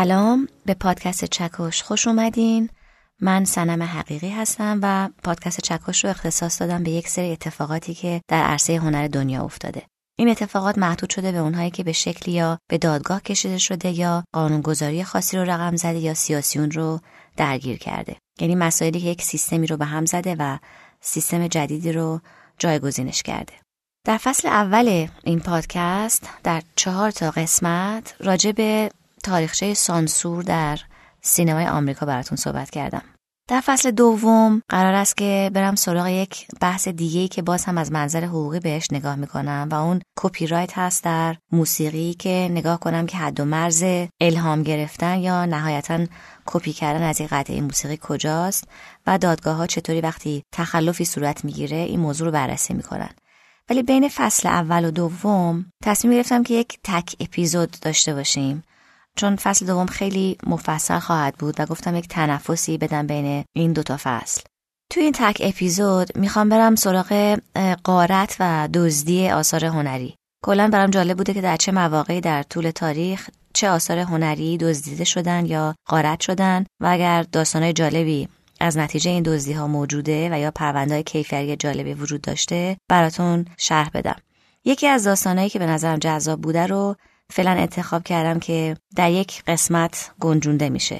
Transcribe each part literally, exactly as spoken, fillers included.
سلام، به پادکست چکش خوش اومدین. من صنم حقیقی هستم و پادکست چکش رو اختصاص دادم به یک سری اتفاقاتی که در عرصه هنر دنیا افتاده. این اتفاقات محدود شده به اونهایی که به شکلی یا به دادگاه کشیده شده یا قانونگذاری خاصی رو رقم زده یا سیاسیون رو درگیر کرده. یعنی مسائلی که یک سیستمی رو به هم زده و سیستم جدیدی رو جایگزینش کرده. در فصل اول این پادکست در چهار تا قسمت راجع به تاریخچه سانسور در سینمای آمریکا براتون صحبت کردم. در فصل دوم قرار است که برم سراغ یک بحث دیگه‌ای که باز هم از منظر حقوقی بهش نگاه میکنم و اون کپی رایت هست در موسیقی، که نگاه کنم که حد و مرز الهام گرفتن یا نهایتاً کپی کردن از یک قطعه موسیقی کجاست و دادگاه‌ها چطوری وقتی تخلفی صورت میگیره این موضوع رو بررسی میکنن. ولی بین فصل اول و دوم تصمیم گرفتم که یک تک اپیزود داشته باشیم، چون فصل دوم خیلی مفصل خواهد بود و گفتم یک تنفسی بدم بین این دوتا فصل. توی این تک اپیزود میخوام برم سراغ غارت و دزدی آثار هنری. کلاً برام جالب بوده که در چه مواقعی در طول تاریخ چه آثار هنری دزدیده شدن یا غارت شدن و اگر داستانای جالبی از نتیجه این دزدی‌ها موجوده و یا پرونده‌های کیفری جالبی وجود داشته براتون شرح بدم. یکی از داستانایی که به نظرم جذاب بوده رو فعلا انتخاب کردم که در یک قسمت گنجونده میشه.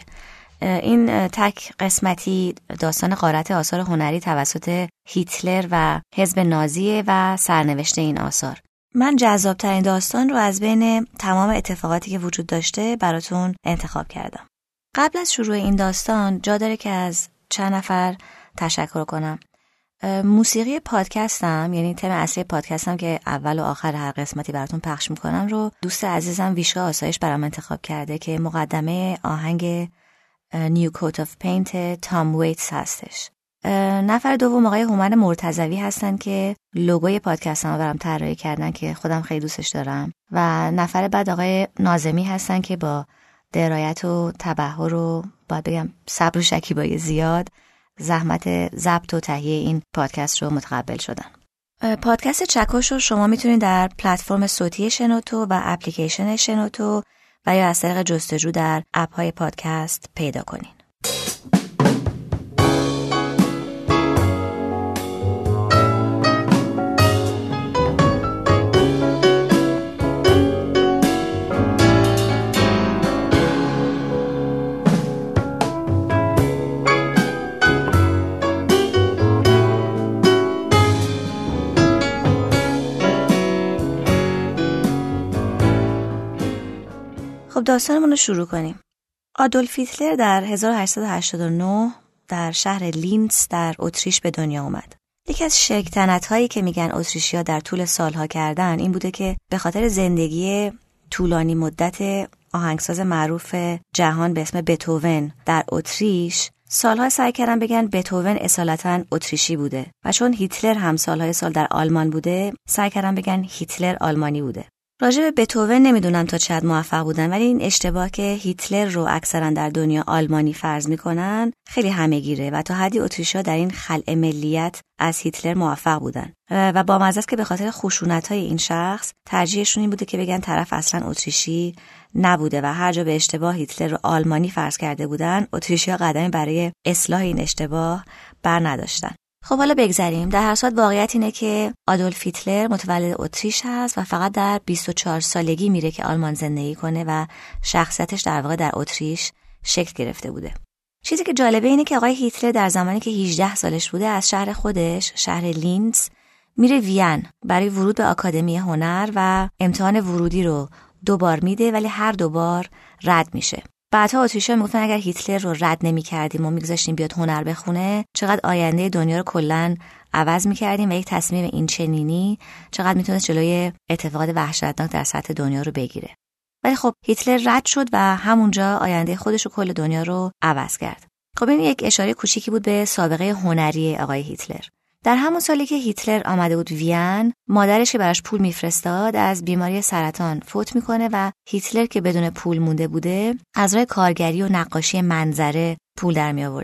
این تک قسمتی داستان غارت آثار هنری توسط هیتلر و حزب نازی و سرنوشت این آثار. من جذابترین داستان رو از بین تمام اتفاقاتی که وجود داشته براتون انتخاب کردم. قبل از شروع این داستان جا داره که از چند نفر تشکر کنم. موسیقی پادکستم، یعنی تم اصلی پادکستم که اول و آخر هر قسمتی براتون پخش میکنم رو دوست عزیزم ویشکا آسایش برام انتخاب کرده که مقدمه آهنگ نیو کوت آف پینت تام ویتس هستش. نفر دوم آقای هومن مرتضوی هستن که لوگوی پادکستم رو برام طراحی کردن که خودم خیلی دوستش دارم، و نفر بعد آقای ناظمی هستن که با درایت و تبحر و باید بگم صبر و شکیبایی زیاد زحمت ضبط و تهیه این پادکست رو متقبل شدن. پادکست چکش رو شما میتونید در پلتفرم صوتی شنوتو و اپلیکیشن شنوتو و یا از طریق جستجو در اپ‌های پادکست پیدا کنین. خب داستانمون رو شروع کنیم. آدولف هیتلر در هزار و هشتصد و هشتاد و نه در شهر لینتس در اتریش به دنیا اومد. یکی از شیطنت‌هایی که میگن اتریشی‌ها در طول سالها کردن این بوده که به خاطر زندگی طولانی مدت آهنگساز معروف جهان به اسم بتهوون در اتریش سالها سعی کردن بگن بتهوون اصالتاً اتریشی بوده و چون هیتلر هم سالهای سال در آلمان بوده سعی کردن بگن هیتلر آلمانی بوده. راجع به بتهوون نمیدونم تا چقدر موفق بودن، ولی این اشتباه که هیتلر رو اکثرا در دنیا آلمانی فرض میکنن خیلی همه‌گیره و تا حدی اتریشی‌ها در این خلع ملیت از هیتلر موفق بودن و با مزه است که به خاطر خشونت‌های این شخص ترجیحشون این بوده که بگن طرف اصلا اتریشی نبوده و هر جا به اشتباه هیتلر رو آلمانی فرض کرده بودن اتریشی‌ها قدمی برای اصلاح این اشتباه بر نداشتن. خب حالا بگذریم. در هر صورت واقعیت اینه که آدولف هیتلر متولد اتریش هست و فقط در بیست و چهار سالگی میره که آلمان زندگی کنه و شخصیتش در واقع در اتریش شکل گرفته بوده. چیزی که جالبه اینه که آقای هیتلر در زمانی که هجده سالش بوده از شهر خودش، شهر لینتس، میره وین برای ورود به آکادمی هنر و امتحان ورودی رو دو بار میده ولی هر دو بار رد میشه. بعدها اتریشی‌ها میگفتن اگر هیتلر رو رد نمی‌کردیم و می‌گذاشتیم بیاد هنر بخونه چقدر آینده دنیا رو کلاً عوض می‌کردیم و یک تصمیم این چنینی چقدر میتونست جلوی اتفاقات وحشتناک در سطح دنیا رو بگیره. ولی خب هیتلر رد شد و همونجا آینده خودش و کل دنیا رو عوض کرد. خب این یک اشاره کوچیکی بود به سابقه هنری آقای هیتلر. در همون سالی که هیتلر آمده بود وین، مادرش که براش پول میفرستاد از بیماری سرطان فوت میکنه و هیتلر که بدون پول مونده بوده از راه کارگری و نقاشی منظره پول در می آورده.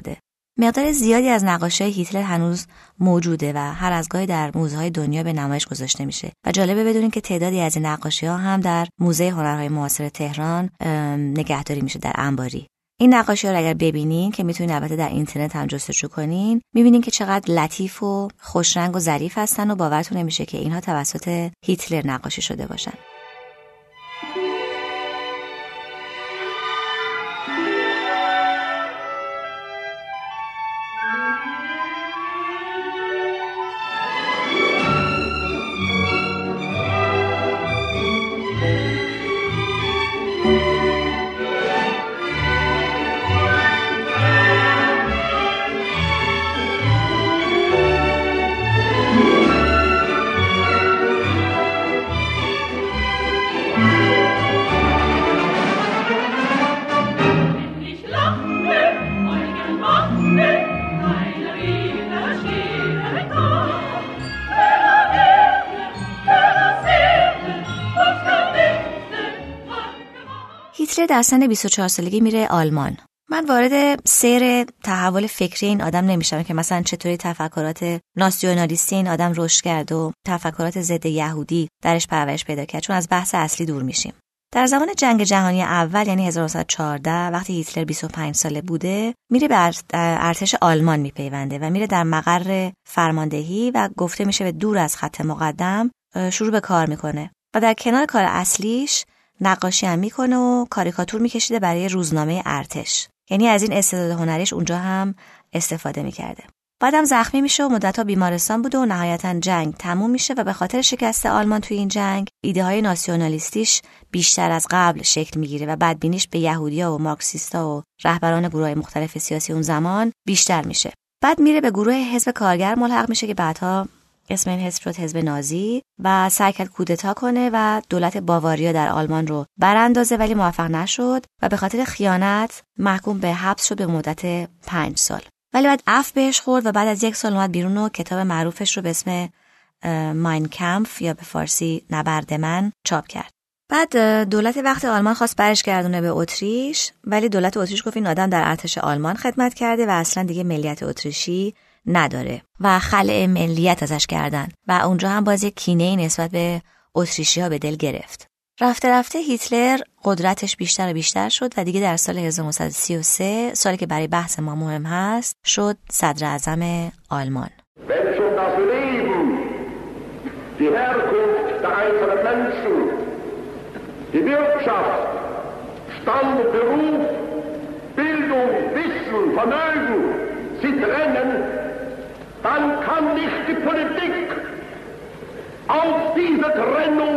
مقدار زیادی از نقاشی‌های هیتلر هنوز موجوده و هر از گاهی در موزه‌های دنیا به نمایش گذاشته میشه و جالبه بدونین که تعدادی از این نقاشی‌ها هم در موزه هنرهای معاصر تهران نگهداری میشه در انباری. این نقاشی‌ها رو اگر ببینین که میتونین البته در اینترنت هم جستجو کنین، میبینین که چقدر لطیف و خوشرنگ و ظریف هستن و باورتون نمیشه که اینها توسط هیتلر نقاشی شده باشن. هیتلر در سن بیست و چهار سالگی میره آلمان. من وارد سیر تحول فکری این آدم نمیشم که مثلا چطوری تفکرات ناسیونالیستی این آدم رشد کرد و تفکرات ضد یهودی درش پرورش پیدا کرد، چون از بحث اصلی دور میشیم. در زمان جنگ جهانی اول یعنی هزار و نهصد و چهارده وقتی هیتلر بیست و پنج ساله بوده، میره به ارتش آلمان میپیونده و میره در مقر فرماندهی و گفته میشه به دور از خط مقدم شروع به کار میکنه و در کنار کار اصلیش نقاشی هم میکنه و کاریکاتور میکشیده برای روزنامه ارتش. یعنی از این استعداد هنریش اونجا هم استفاده میکرده. بعدم زخمی میشه و مدت‌ها بیمارستان بوده و نهایتاً جنگ تموم میشه و به خاطر شکست آلمان توی این جنگ ایده های ناسیونالیستیش بیشتر از قبل شکل میگیره و بدبینیش به یهودی‌ها و مارکسیستا و رهبران گروه‌های مختلف سیاسی اون زمان بیشتر میشه. بعد میره به گروه حزب کارگر ملحق میشه که بعدها اسم این حزب شد حزب نازی و سعی کرد کودتا کنه و دولت باواریا در آلمان رو براندازه، ولی موفق نشد و به خاطر خیانت محکوم به حبس شد به مدت پنج سال. ولی بعد عفو بهش خورد و بعد از یک سال اومد بیرون و کتاب معروفش رو به اسم ماین کمپ یا به فارسی نبرد من چاپ کرد. بعد دولت وقت آلمان خواست برش گردونه به اتریش، ولی دولت اتریش گفت این آدم در ارتش آلمان خدمت کرده و اصلا دیگه ملیت اتریشی نداره و خلع ملیت ازش کردن و اونجا هم باز یک کینه‌ای نسبت به اتریشی‌ها به دل گرفت. رفته رفته هیتلر قدرتش بیشتر و بیشتر شد و دیگه در سال هزار و نهصد و سی و سه، سالی که برای بحث ما مهم هست، شد صدر اعظم آلمان. Die Wirtschaft, Stand und Beruf, Bildung, Wissen, Vermögen sie trennen, dann kann nicht die Politik auf diese Trennung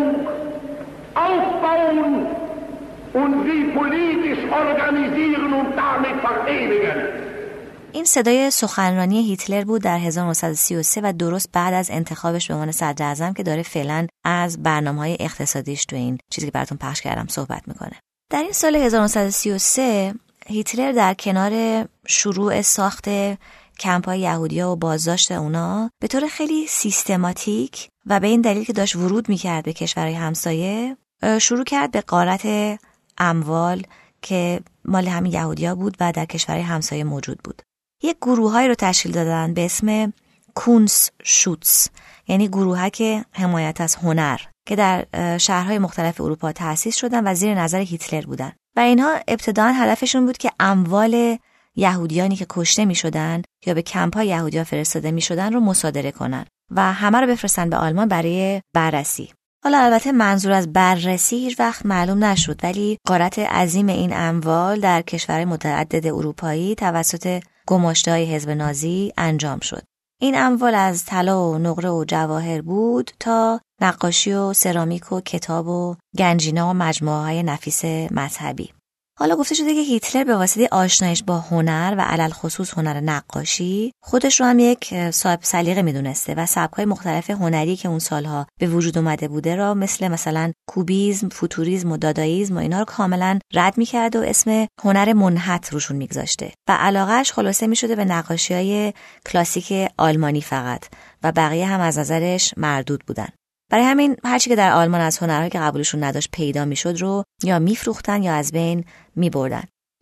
aufbauen und sie politisch organisieren und damit verewigen. این صدای سخنرانی هیتلر بود در هزار و نهصد و سی و سه و درست بعد از انتخابش به عنوان صدر اعظم که داره فعلا از برنامه‌های اقتصادیش تو این چیزی که براتون پخش کردم صحبت میکنه. در این سال هزار و نهصد و سی و سه هیتلر در کنار شروع ساخت کمپ‌های یهودی‌ها و بازداشت اونا به طور خیلی سیستماتیک و به این دلیل که داشت ورود میکرد به کشورهای همسایه، شروع کرد به غارت اموال که مال همین یهودی‌ها بود و در کشورهای همسایه موجود بود. یک گروه‌هایی رو تشکیل دادن به اسم کونس شوتس، یعنی گروه‌های حمایت از هنر که در شهرهای مختلف اروپا تأسیس شدن و زیر نظر هیتلر بودن و اینها ابتداً هدفشون بود که اموال یهودیانی که کشته می‌شدن یا به کمپ‌های یهودی‌ها فرستاده می‌شدن رو مصادره کنن و همه رو بفرستن به آلمان برای بررسی. حالا البته منظور از بررسی هیچ وقت معلوم نشد، ولی غارت عظیم این اموال در کشورهای متعدد اروپایی توسط گماشته‌های حزب نازی انجام شد. این اموال از طلا و نقره و جواهر بود تا نقاشی و سرامیک و کتاب و گنجینه‌ها و مجموعه‌های نفیس مذهبی. حالا گفته شده که هیتلر به واسطه آشنایش با هنر و علل خصوص هنر نقاشی خودش رو هم یک صاحب سلیقه میدونسته و سبک‌های مختلف هنری که اون سالها به وجود اومده بوده را مثل مثلا کوبیسم، فوتوریسم و داداییسم و اینا رو کاملا رد می‌کرد و اسم هنر منحت روشون میگذاشته و علاقه‌اش خلاصه می‌شده به نقاشی‌های کلاسیک آلمانی فقط و بقیه هم از نظرش مردود بودن. برای همین هرچی که در آلمان از هنرهایی که قبولشون نداشت پیدا میشد رو یا میفروختن یا از بین میبردن.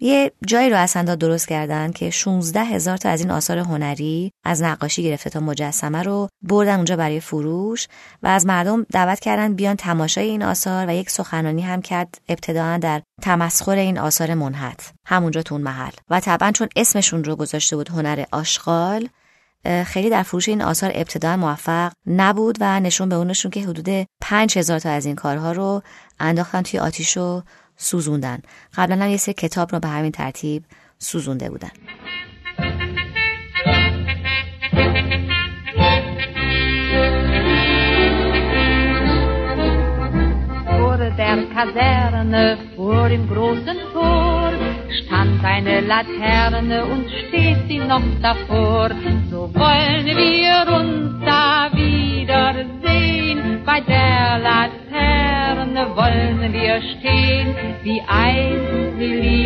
یه جایی رو اسناد درست کردن که شانزده هزار تا از این آثار هنری از نقاشی گرفته تا مجسمه رو بردن اونجا برای فروش و از مردم دعوت کردن بیان تماشای این آثار و یک سخنرانی هم کرد ابتداً در تمسخر این آثار منحت همونجا تو اون محل. و طبعا چون اسمشون رو گذاشته بود هنر آشغال، خیلی در فروش این آثار ابتداً موفق نبود و نشون به اونشون که حدود پنج هزار تا از این کارها رو انداختن توی آتیش و سوزوندن. قبلا هم یه سری کتاب رو به همین ترتیب سوزونده بودن. Vor der Kaserne, vor dem großen Tor, stand eine Laterne und steht sie noch davor. So wollen wir uns da wiedersehen, bei der Laterne wollen wir stehen, wie einst Lili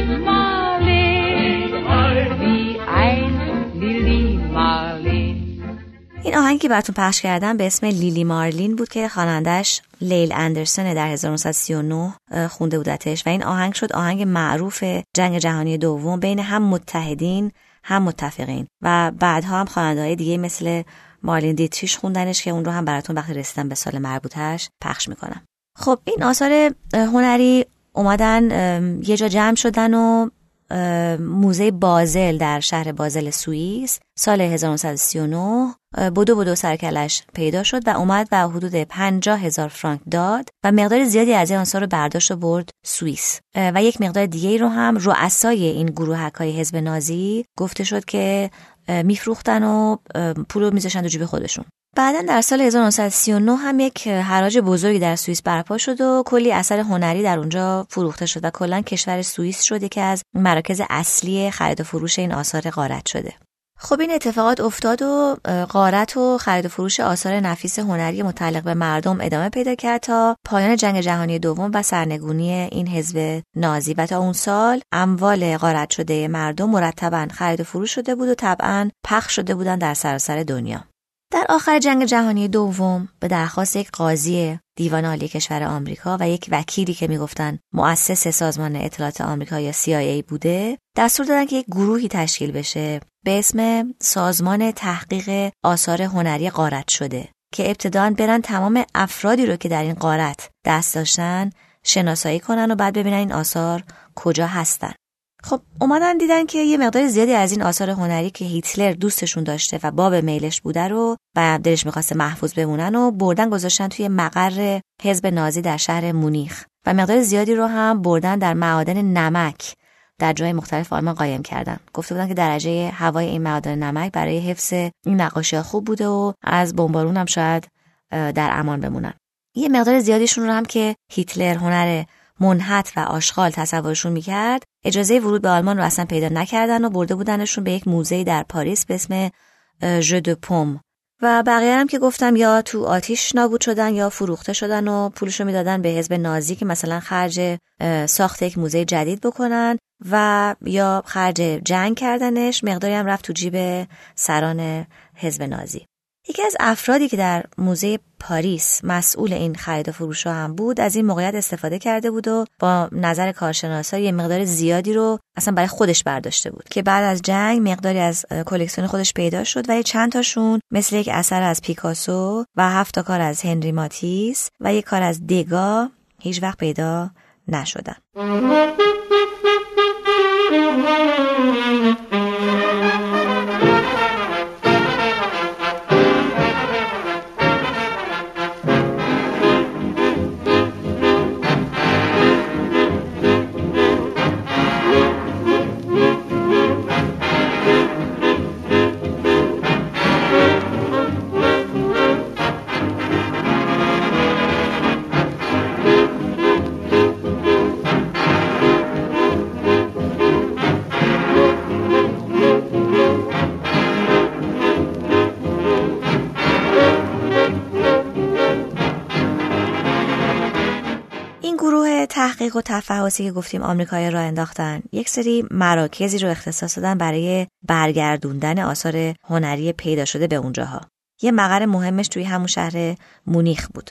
Marleen, wie einst Lili Marleen. این آهنگی که براتون پخش کردم به اسم لیلی مارلین بود که خوانندش لیل اندرسون در هزار و نهصد و سی و نه خونده بودتش و این آهنگ شد آهنگ معروف جنگ جهانی دوم بین هم متحدین هم متفقین و بعدها هم خواننده‌های دیگه مثل مارلین دیتریش خوندنش که اون رو هم براتون وقتی رسیدم به سال مربوطش پخش میکنم. خب این آثار هنری اومدن یه جا جمع شدن و موزه بازل در شهر بازل سوئیس سال هزار و نهصد و سی و نه بدو بدو سرکلش پیدا شد و اومد و حدود پنجاه هزار فرانک داد و مقدار زیادی از این آثار رو برداشت و برد سوئیس و یک مقدار دیگه رو هم رؤسای این گروهک‌های حزب نازی گفته شد که میفروختن و پول رو میذاشتن تو جیب خودشون. بعداً در سال هزار و نهصد و سی و نه هم یک حراج بزرگی در سوئیس برپا شد و کلی اثر هنری در اونجا فروخته شد و کلاً کشور سوئیس شده که از مراکز اصلی خرید و فروش این آثار غارت شده. خب این اتفاقات افتاد و غارت و خرید و فروش آثار نفیس هنری متعلق به مردم ادامه پیدا کرد تا پایان جنگ جهانی دوم و سرنگونی این حزب نازی و تا اون سال اموال غارت شده مردم مرتباً خرید و فروش شده بود و طبعاً پخش شده بودن در سراسر دنیا. در آخر جنگ جهانی دوم به درخواست یک قاضی دیوان عالی کشور آمریکا و یک وکیلی که میگفتن مؤسس سازمان اطلاعات آمریکا یا سی آی ای بوده دستور دادن که یک گروهی تشکیل بشه به اسم سازمان تحقیق آثار هنری غارت شده که ابتداً برن تمام افرادی رو که در این غارت دست داشتن شناسایی کنن و بعد ببینن این آثار کجا هستن. خب اومدن دیدن که یه مقدار زیادی از این آثار هنری که هیتلر دوستشون داشته و باب میلش بوده رو و دلش میخواسته محفوظ بمونن و بردن گذاشتن توی مقر حزب نازی در شهر مونیخ و مقدار زیادی رو هم بردن در معادن نمک در جای مختلف آلمان قایم کردن. گفته بودن که درجه هوای این معادن نمک برای حفظ این نقاشی‌ها خوب بوده و از بمبارون هم شاید در امان بمونن. یه مقدار زیادیشون رو هم که هیتلر هنر منحت و آشغال تصورشون میکرد اجازه ورود به آلمان رو اصلا پیدا نکردن و برده بودنشون به یک موزه در پاریس به اسم ژو دو پوم و بقیه هم که گفتم یا تو آتیش نابود شدن یا فروخته شدن و پولشو میدادن به حزب نازی که مثلا خرج ساخت یک موزه جدید بکنن و یا خرج جنگ کردنش، مقداری هم رفت تو جیب سران حزب نازی. یکی از افرادی که در موزه پاریس مسئول این خرید و فروش هم بود از این موقعیت استفاده کرده بود و با نظر کارشناسا یه مقدار زیادی رو اصلا برای خودش برداشته بود که بعد از جنگ مقداری از کلکسیون خودش پیدا شد و چند تاشون مثل یک اثر از پیکاسو و هفت تا کار از هنری ماتیس و یک کار از دگا هیچ وقت پیدا نشدن. تحقیق و تفحصی که گفتیم آمریکایی راه انداختن یک سری مراکزی رو اختصاص دادن برای برگردوندن آثار هنری پیدا شده به اونجاها. یه مقر مهمش توی همون شهر مونیخ بود.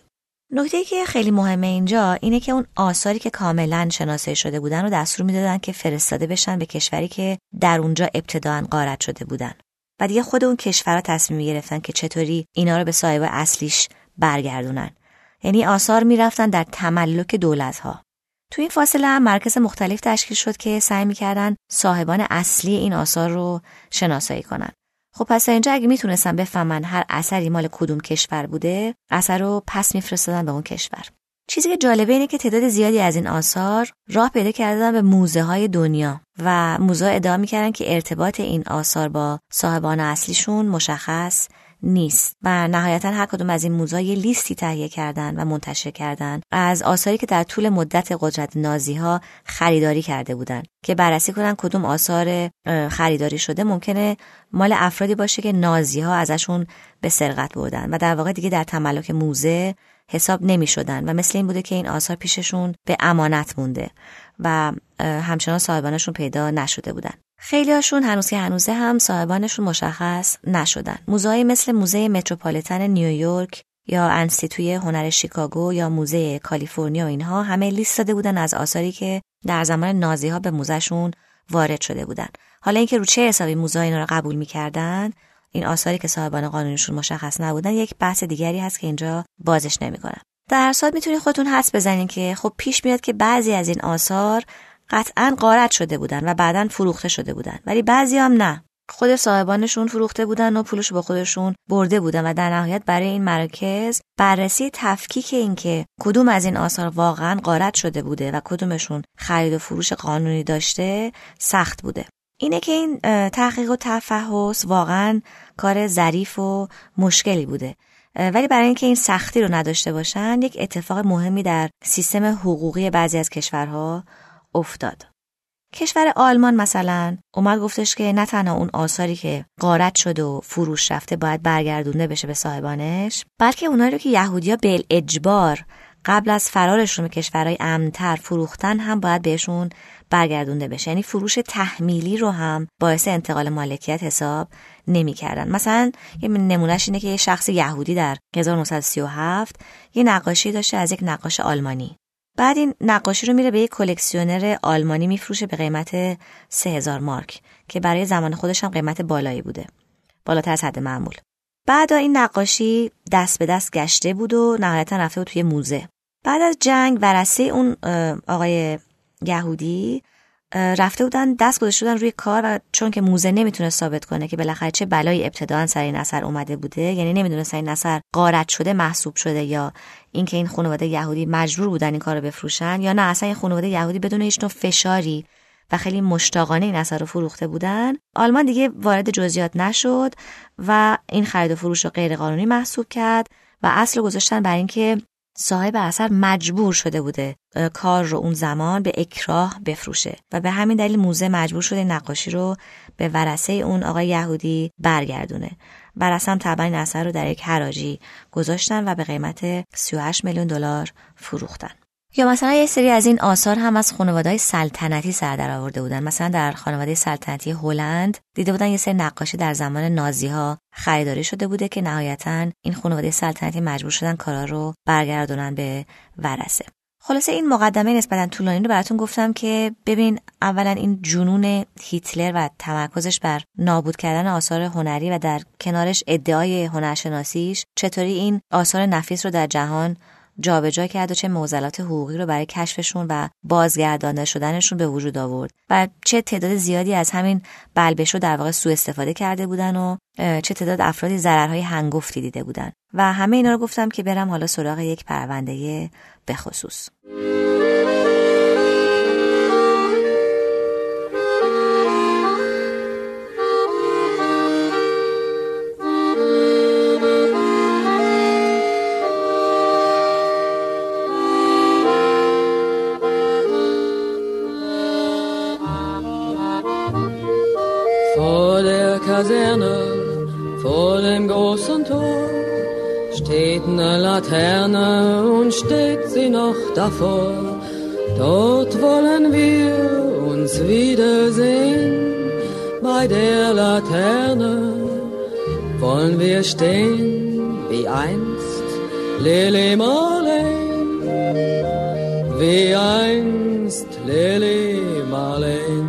نکته‌ای که خیلی مهمه اینجا اینه که اون آثاری که کاملا شناسایی شده بودن رو دستور میدادن که فرستاده بشن به کشوری که در اونجا ابتداً غارت شده بودن و دیگه خود اون کشورها تصمیم می‌گرفتن که چطوری اینا رو به صاحب اصلیش برگردونن. یعنی آثار میرفتن در تملک دولت‌ها. تو این فاصله هم مراکز مختلف تشکیل شد که سعی می‌کردن صاحبان اصلی این آثار رو شناسایی کنن. خب پس اینجا اگه میتونستن بفهمن هر اثری مال کدوم کشور بوده، اثر رو پس میفرستادن به اون کشور. چیزی که جالبه اینه که تعداد زیادی از این آثار راه پیدا کردن به موزه های دنیا و موزه ادعا میکردن که ارتباط این آثار با صاحبان اصلیشون مشخص نیست و نهایتا هر کدوم از این موزه یه لیستی تهیه کردن و منتشر کردن از آثاری که در طول مدت قدرت نازی‌ها خریداری کرده بودن که بررسی کنن کدوم آثار خریداری شده ممکنه مال افرادی باشه که نازی‌ها ازشون به سرقت بردن و در واقع دیگه در تملک موزه حساب نمی شدن و مثل این بوده که این آثار پیششون به امانت مونده و همچنان صاحبانشون پیدا نشده بودن. خیلی هاشون هنوز که هنوزه هم صاحبانشون مشخص نشدن. موزه‌ای مثل موزه متروپولیتن نیویورک یا انستیتوی هنر شیکاگو یا موزه کالیفرنیا و اینها همه لیست داده بودن از آثاری که در زمان نازی‌ها به موزهشون وارد شده بودن. حالا اینکه رو چه حسابی موزه اینا رو قبول می‌کردن، این آثاری که صاحبان قانونیشون مشخص نبودن، یک بحث دیگری هست که اینجا بازش نمی‌کنم. در هر صورت میتونید خودتون حدس بزنین که خب پیش میاد که بعضی از این آثار قطعاً غارت شده بودن و بعداً فروخته شده بودن، ولی بعضی هم نه. خود صاحبانشون فروخته بودن و پولشو با خودشون برده بودن و در نهایت برای این مراکز بررسی تفکیک این که کدوم از این آثار واقعاً غارت شده بوده و کدومشون خرید و فروش قانونی داشته سخت بوده. اینه که این تحقیق و تفحص واقعاً کار ظریف و مشکلی بوده. ولی برای اینکه این سختی رو نداشته باشن، یک اتفاق مهمی در سیستم حقوقی بعضی از کشورها افتاد. کشور آلمان مثلا اومد گفتش که نه تنها اون آثاری که غارت شده و فروش رفته باید برگردونده بشه به صاحبانش، بلکه اونایی رو که یهودی‌ها بالاجبار قبل از فرارشون به کشورهای امن‌تر فروختن هم باید بهشون برگردونده بشه. یعنی فروش تحمیلی رو هم باعث انتقال مالکیت حساب نمی‌کردن. مثلا یه نمونهش اینه که یه شخص یهودی در هزار و نهصد و سی و هفت یه نقاشی داشته از یک نقاش آلمانی. بعد این نقاشی رو میره به یک کلکسیونر آلمانی میفروشه به قیمت سه هزار مارک که برای زمان خودش هم قیمت بالایی بوده، بالاتر از حد معمول. بعد این نقاشی دست به دست گشته بود و نهایتا رفته بود توی موزه. بعد از جنگ ورثه اون آقای یهودی رفته بودن دست گذاشته بودن روی کار و چون که موزه نمیتونه ثابت کنه که بالاخره چه بلایی ابتداً سر این اثر اومده بوده، یعنی نمیدونه این اثر غارت شده محسوب شده یا اینکه این خانواده یهودی مجبور بودن این کارو بفروشن یا نه اصلا این خانواده یهودی بدون هیچ نوع فشاری و خیلی مشتاقانه این اثر رو فروخته بودن. آلمان دیگه وارد جزئیات نشد و این خرید و فروش رو غیر قانونی محسوب کرد و اصل رو گذاشتن بر اینکه صاحب اثر مجبور شده بوده کار رو اون زمان به اکراه بفروشه و به همین دلیل موزه مجبور شده نقاشی رو به ورثه اون آقای یهودی برگردونه. ورثه هم طبعا این اثر رو در یک حراجی گذاشتن و به قیمت سی و هشت میلیون دلار فروختن. یا مثلا یه سری از این آثار هم از خانواده‌های سلطنتی سر در آورده بودن. مثلا در خانواده سلطنتی هلند دیده بودن یه سری نقاشی در زمان نازی‌ها خریداری شده بوده که نهایتاً این خانواده سلطنتی مجبور شدن کارا رو برگردونن به ورثه. خلاصه این مقدمه نسبتاً طولانی رو براتون گفتم که ببین اولا این جنون هیتلر و تمرکزش بر نابود کردن آثار هنری و در کنارش ادعای هنرشناسیش چطوری این آثار نفیس رو در جهان جابجا کرد و چه معضلات حقوقی رو برای کشفشون و بازگردانده شدنشون به وجود آورد و چه تعداد زیادی از همین بلبش رو در واقع سوء استفاده کرده بودن و چه تعداد افرادی ضررهای هنگفتی دیده بودن و همه اینا رو گفتم که برم حالا سراغ یک پرونده به خصوص. Kaserne, vor dem großen Tor, steht eine Laterne und steht sie noch davor. Dort wollen wir uns wiedersehen, bei der Laterne wollen wir stehen, wie einst Lili Marley wie einst Lili Marleen.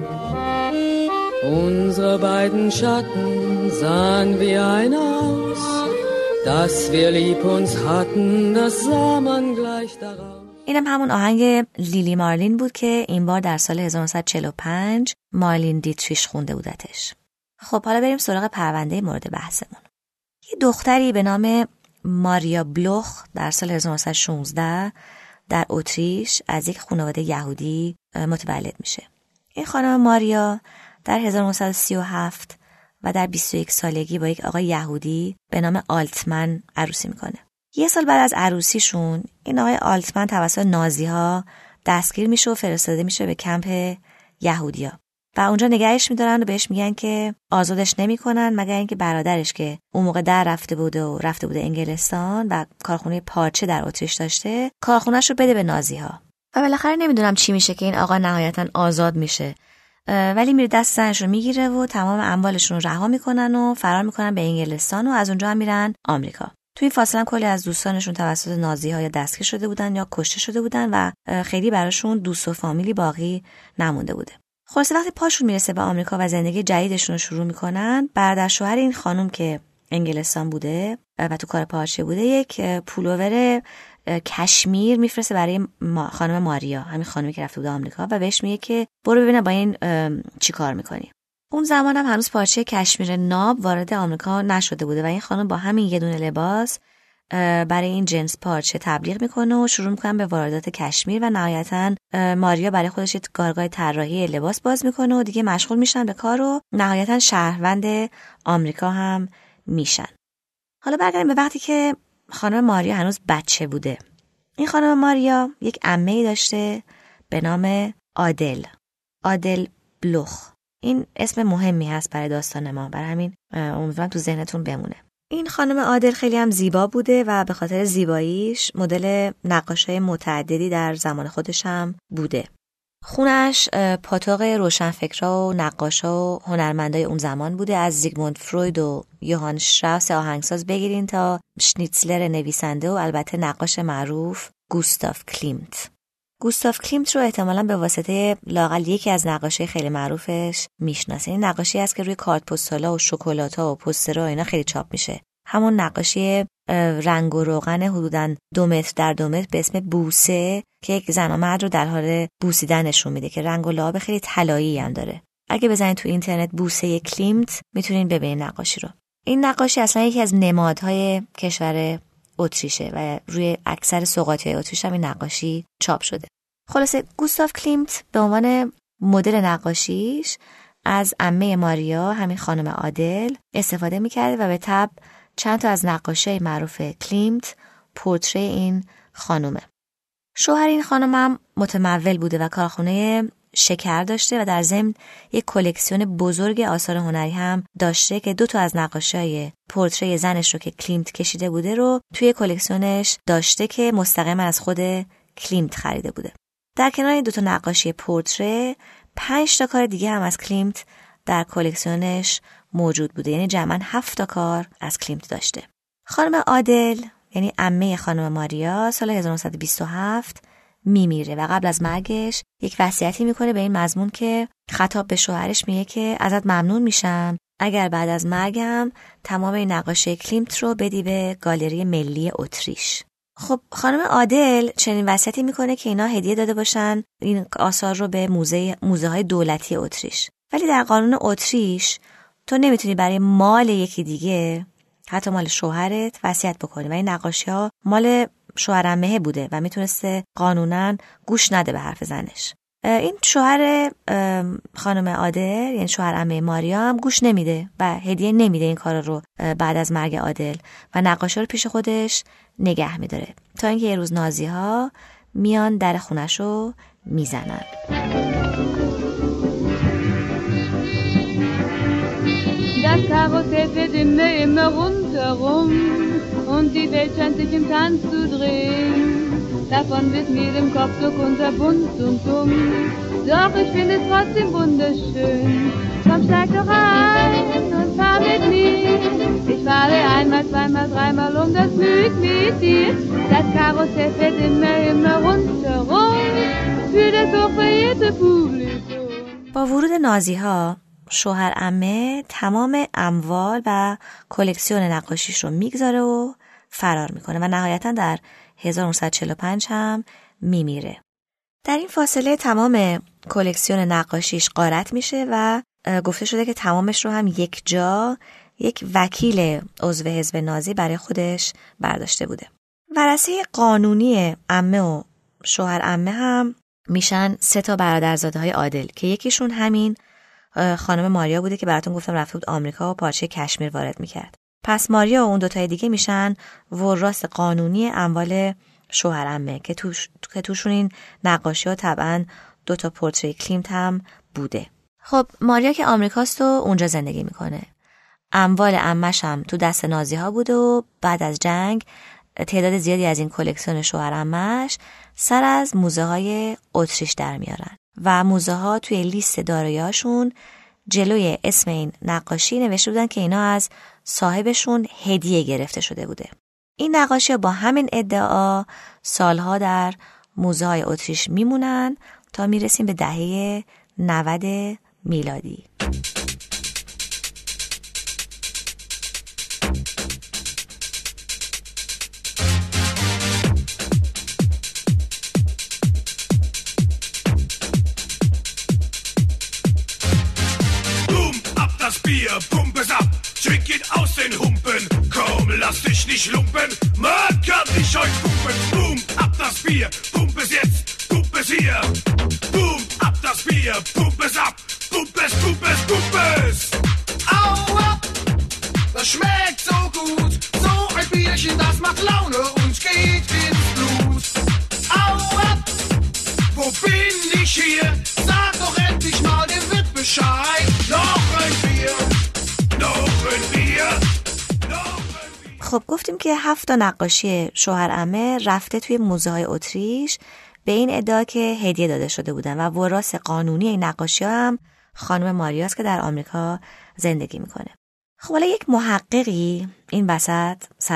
Unsere beiden Schatten sahen wie ein aus, dass wir lieb uns hatten, das sah man gleich darauf. اینم همون آهنگ لیلی مارلین بود که این بار در سال هزار و نهصد و چهل و پنج مارلین دیتریش خونده بودتش. خب حالا بریم سراغ پرونده مورد بحثمون. یه دختری به نام ماریا بلوخ در سال هزار و نهصد و شانزده در اتریش از یک خانواده یهودی متولد میشه. این خانم ماریا در هزار و نهصد و سی و هفت و در بیست و یک سالگی با یک آقای یهودی به نام آلتمن عروسی میکنه. یه سال بعد از عروسیشون این آقای آلتمن توسط نازی‌ها دستگیر میشه و فرستاده میشه به کمپ یهودیا و اونجا نگهش میدارن و بهش میگن که آزادش نمیکنن مگر اینکه برادرش که اون موقع در رفته بوده و رفته بوده انگلستان و کارخونه پارچه در اتریش داشته کارخونه‌اش رو بده به نازی‌ها. و بالاخره نمیدونم چی میشه که این آقا نهایتاً آزاد میشه، ولی میره دست زنش رو میگیره و تمام اموالشون رو رها میکنن و فرار میکنن به انگلستان و از اونجا هم میرن آمریکا. توی این فاصله کلی از دوستانشون توسط نازی‌ها یا دستگیر شده بودن یا کشته شده بودن و خیلی براشون دوست و فامیلی باقی نمونده بوده. خلاصه وقتی پاشون میرسه به آمریکا و زندگی جدیدشون رو شروع میکنن، برادر شوهر این خانم که انگلستان بوده و تو کار پارچه بوده یک پولوور کشمیر میفرسته برای خانم ماریا، همین خانمی که رفته بوده آمریکا، و بهش میگه که برو ببینم با این چی کار میکنی. اون زمان هم هنوز پارچه کشمیر ناب وارد آمریکا نشده بوده و این خانم با همین یه دونه لباس برای این جنس پارچه تبلیغ میکنه و شروع میکنن به واردات کشمیر و نهایتاً ماریا برای خودش یه کارگاه طراحی لباس باز میکنه و دیگه مشغول میشن به کار و نهایتاً شهروند آمریکا هم میشن. حالا برگردیم به وقتی که خانم ماریا هنوز بچه بوده. این خانم ماریا یک عمه‌ای داشته به نام آدل. آدل بلوخ. این اسم مهمی هست برای داستان ما، برای همین امیدوارم تو ذهنتون بمونه. این خانم عادل خیلی هم زیبا بوده و به خاطر زیباییش مدل نقاشای متعددی در زمان خودش هم بوده. خونش پاتوق روشنفکرا و نقاشا و هنرمندای اون زمان بوده، از زیگموند فروید و یوهان شتراوس آهنگساز بگیرین تا شنیتزلر نویسنده و البته نقاش معروف گوستاف کلیمت. گوستاف کلیمت رو احتمالاً به واسطه لااقل یکی از نقاشی خیلی معروفش میشناسه. این نقاشی است که روی کارت پستالا و شکلات‌ها و پوسترها اینا خیلی چاپ میشه. همون نقاشی رنگ و روغن حدوداً دو متر در دو متر به اسم بوسه که یک زن و مرد رو در حال بوسیدن نشون میده که رنگ و لعاب خیلی طلایی هم داره. اگه بزنید تو اینترنت بوسه کلیمت میتونین ببینید نقاشی رو. این نقاشی اصلا یکی از نمادهای کشور اتریشه و روی اکثر سوغاتی‌های اتریش هم این نقاشی چاپ شده. خلاصه گوستاف کلیمت به عنوان مدل نقاشیش از عمه ماریا همین خانم عادل استفاده می‌کرد و به تبع چند تا از نقاشی معروف کلیمت پورتری این خانومه. شوهر این خانم هم متمول بوده و کارخونه شکر داشته و در ضمن یک کلکسیون بزرگ آثار هنری هم داشته که دو تا از نقاشی‌های پورتری زنش رو که کلیمت کشیده بوده رو توی کلکسیونش داشته که مستقیما از خود کلیمت خریده بوده. در کنار این دو تا نقاشی پورتری پنج تا کار دیگه هم از کلیمت در کلکسیونش موجود بوده، یعنی جمعاً هفت تا کار از کلیمت داشته. خانم عادل یعنی عمه خانم ماریا سال هزار و نهصد و بیست و هفت میمیره و قبل از مرگش یک وصیتی میکنه به این مضمون که خطاب به شوهرش میگه که ازت ممنون میشم اگر بعد از مرگم تمام این نقاشی کلیمت رو بدی به گالری ملی اتریش. خب خانم عادل چنین وصیتی میکنه که اینا هدیه داده باشن این آثار رو به موزه موزه های دولتی اتریش، ولی در قانون اتریش تو نمیتونی برای مال یکی دیگه حتی مال شوهرت وصیت بکنی و این نقاشی ها مال شوهر عمه بوده و میتونسته قانونا گوش نده به حرف زنش. این شوهر خانم عادل یعنی شوهر عمه ماریا هم گوش نمیده و هدیه نمیده این کار رو بعد از مرگ عادل و نقاشی رو پیش خودش نگه میداره تا اینکه یه روز نازی ها میان در خونش رو میزنن. Das Karussell fährt immer, immer rundherum und die Welt scheint sich im Tanz zu drehen. Davon wird mir im Kopf so kunterbunt und dumm, doch ich finde es trotzdem wunderschön. Komm, steig doch ein und fahr mit mir. Ich fahre einmal, zweimal, dreimal um das Glück mit dir. Das Karussell fährt immer, immer rundherum. das auch verehrte Publikum. با ورود نازی‌ها شوهر عمه تمام اموال و کلکسیون نقاشیش رو میگذاره و فرار میکنه و نهایتا در هزار و نهصد و چهل و پنج هم میمیره. در این فاصله تمام کلکسیون نقاشیش غارت میشه و گفته شده که تمامش رو هم یک جا یک وکیل عضو حزب نازی برای خودش برداشته بوده. ورثه قانونی عمه و شوهر عمه هم میشن سه تا برادرزاده های عادل که یکیشون همین خانم ماریا بوده که براتون گفتم رفته بود آمریکا و پارچه کشمیر وارد میکرد. پس ماریا و اون دوتای دیگه میشن وراث قانونی اموال شوهر عمه که توش که توشون این نقاشی ها طبعا دوتا پورتری کلیمت هم بوده. خب ماریا که آمریکاست و اونجا زندگی میکنه. اموال عمش هم تو دست نازی ها بوده و بعد از جنگ تعداد زیادی از این کلکسیون شوهر عمش سر از موزه های اتریش در میارن و موزه ها توی لیست دارایی‌هاشون جلوی اسم این نقاشی نوشته بودن که اینا از صاحبشون هدیه گرفته شده بوده. این نقاشی با همین ادعا سالها در موزه های اتریش میمونن تا میرسیم به دهه نود میلادی. Bier, pump es ab, trink ihn aus den Humpen. Komm, lass dich nicht lumpen, man kann dich heute pumpen. Boom, ab das Bier, pump es jetzt, pump es hier. Boom, ab das Bier, pump es ab, pump es, pump es, pump es. Au ab, das schmeckt so gut, so ein Bierchen, das macht Laune und geht ins Blut. Au ab, wo bin ich hier? Sag doch endlich mal dem Wirt Bescheid. Noch ein Bier, noch ein Bier, noch ein Bier. خب گفتیم که هفت تا نقاشی شوهر عمه رفته توی موزه های اتریش به این ادعا که هدیه داده شده بودن و وراث قانونی این نقاشی هم خانم ماریاست که در آمریکا زندگی میکنه. خب حالا یک محققی این وسط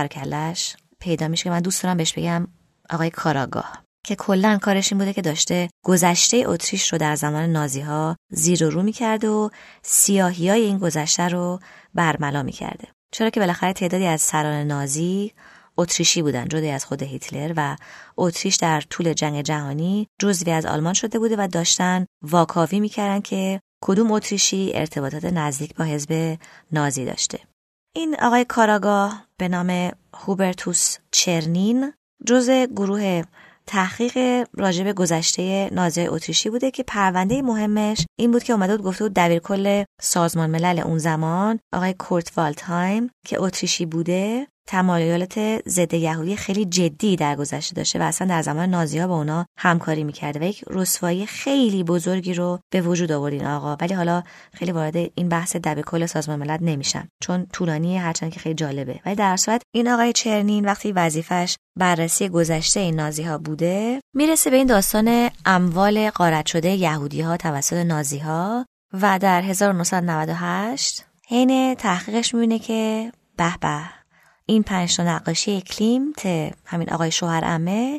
سرکلش پیدا میشه که من دوست دارم بهش بگم آقای کاراگاه، که کلن کارش این بوده که داشته گذشته اتریش رو در زمان نازی ها زیر و رو میکرده و سیاهی های این گذشته رو برملا میکرده. چرا که بالاخره تعدادی از سران نازی اتریشی بودن جدا از خود هیتلر و اتریش در طول جنگ جهانی جزوی از آلمان شده بوده و داشتن واکاوی میکردن که کدوم اتریشی ارتباطات نزدیک با حزب نازی داشته. این آقای کاراگاه به نام هوبرتوس چرنین جزء گروه تحقیق راجع به گذشته نازی اتریشی بوده که پرونده مهمش این بود که اومده بود گفته بود دبیرکل سازمان ملل اون زمان آقای کورت والدهایم که اتریشی بوده تمایلات ضد یهودی خیلی جدی در گذشته داشته و اصلا در زمان نازی‌ها با اونا همکاری می‌کرده و یک رسوایی خیلی بزرگی رو به وجود آورد این آقا. ولی حالا خیلی وارد این بحث دبیرکل سازمان ملل نمیشم چون طولانیه، هرچند که خیلی جالبه. ولی در صورت این آقای چرنین وقتی وظیفش بررسی گذشته این نازی‌ها بوده میرسه به این داستان اموال غارت شده یهودی‌ها توسط نازی‌ها و در هزار و نهصد و نود و هشت حین تحقیقش می‌بینه که به به این پنج تا نقاشی کلیمت همین آقای شوهر عمه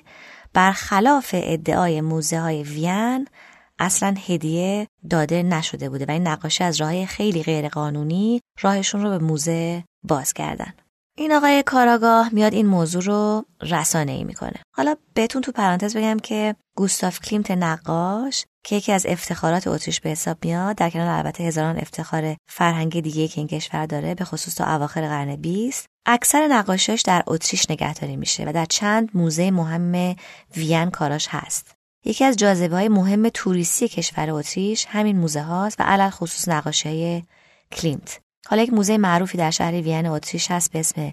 برخلاف ادعای موزه های وین اصلا هدیه داده نشده بوده و این نقاشی از راه خیلی غیر قانونی راهشون رو به موزه باز کردن. این آقای کاراگاه میاد این موضوع رو رسانه‌ای میکنه. حالا بهتون تو پرانتز بگم که گوستاف کلیمت نقاش که یکی از افتخارات اتریش به حساب میاد در کنار البته هزاران افتخار فرهنگی دیگه که این کشور داره به خصوص تا اواخر قرن بیست اکثر نقاشیش در اتریش نگهداری میشه و در چند موزه مهم وین کاراش هست. یکی از جاذبه‌های مهم توریستی کشور اتریش همین موزه هاست و علل خصوص نقاشی‌های کلیمت. حالا یک موزه معروفی در شهر وین اتریش هست به اسم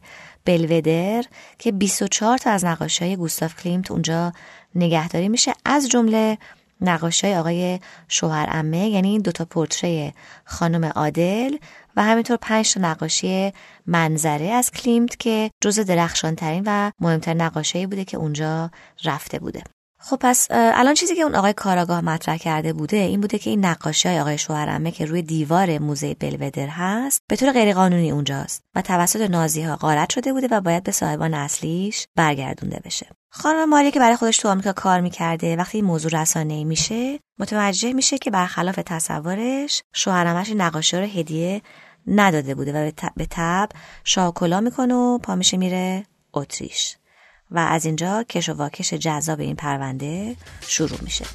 بلودر که بیست و چهار تا از نقاشی‌های گوستاف کلیمت اونجا نگهداری میشه، از جمله نقاشی‌های آقای شوهر عمه، یعنی دو تا پورتری خانم عادل و همینطور پنج تا نقاشی منظره از کلیمت که جزو درخشان‌ترین و مهمترین نقاشی بوده که اونجا رفته بوده. خب پس الان چیزی که اون آقای کاراگاه مطرح کرده بوده این بوده که این نقاشی‌های آقای شوهرعمه که روی دیوار موزه بلودر هست به طور غیرقانونی اونجاست و توسط نازی‌ها غارت شده بوده و باید به صاحبان اصلیش برگردونده بشه. خانم ماریا که برای خودش تو آمریکا کار می‌کرده وقتی این موضوع رسانه‌ای میشه متوجه میشه که برخلاف تصورش شوهرعمه‌اش نقاشی رو هدیه نداده بوده و به تبع شاکلا میکنه و پا میشه میره اتریش و از اینجا کش و واکش جذاب این پرونده شروع میشه.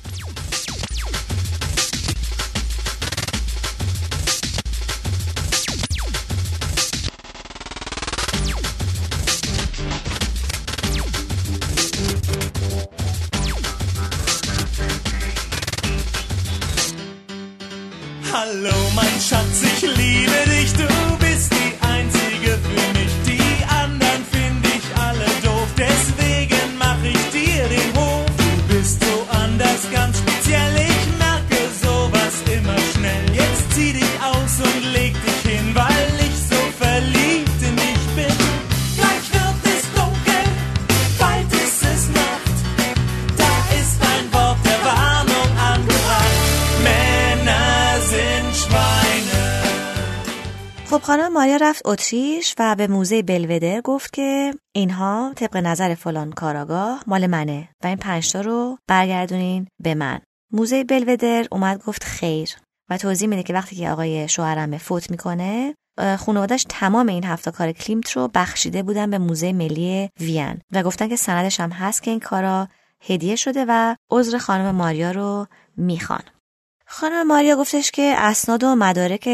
Hallo mein Schatz, ich liebe dich, du bist die Einzige für mich. Die anderen finde ich alle doof, deswegen mach ich dir den Hof. Du bist so anders, ganz speziell, ich merke sowas immer schnell. Jetzt zieh dich aus und leg dich hin, weil ich so verliebt in dich bin. Gleich wird es dunkel, bald ist es Nacht, da ist ein Wort der Warnung angebracht. Männer sind Schweine. خب خانم ماریا رفت اتریش و به موزه بلودر گفت که اینها طبق نظر فلان کاراگاه مال منه و این پنجتا رو برگردونین به من. موزه بلودر اومد گفت خیر و توضیح میده که وقتی که آقای شوهرعمه فوت میکنه خانواده‌اش تمام این هفت کار کلیمت رو بخشیده بودن به موزه ملی وین و گفتن که سندش هم هست که این کارا هدیه شده و عذر خانم ماریا رو میخوان. خانم ماریا گفتش که اسناد و مدارک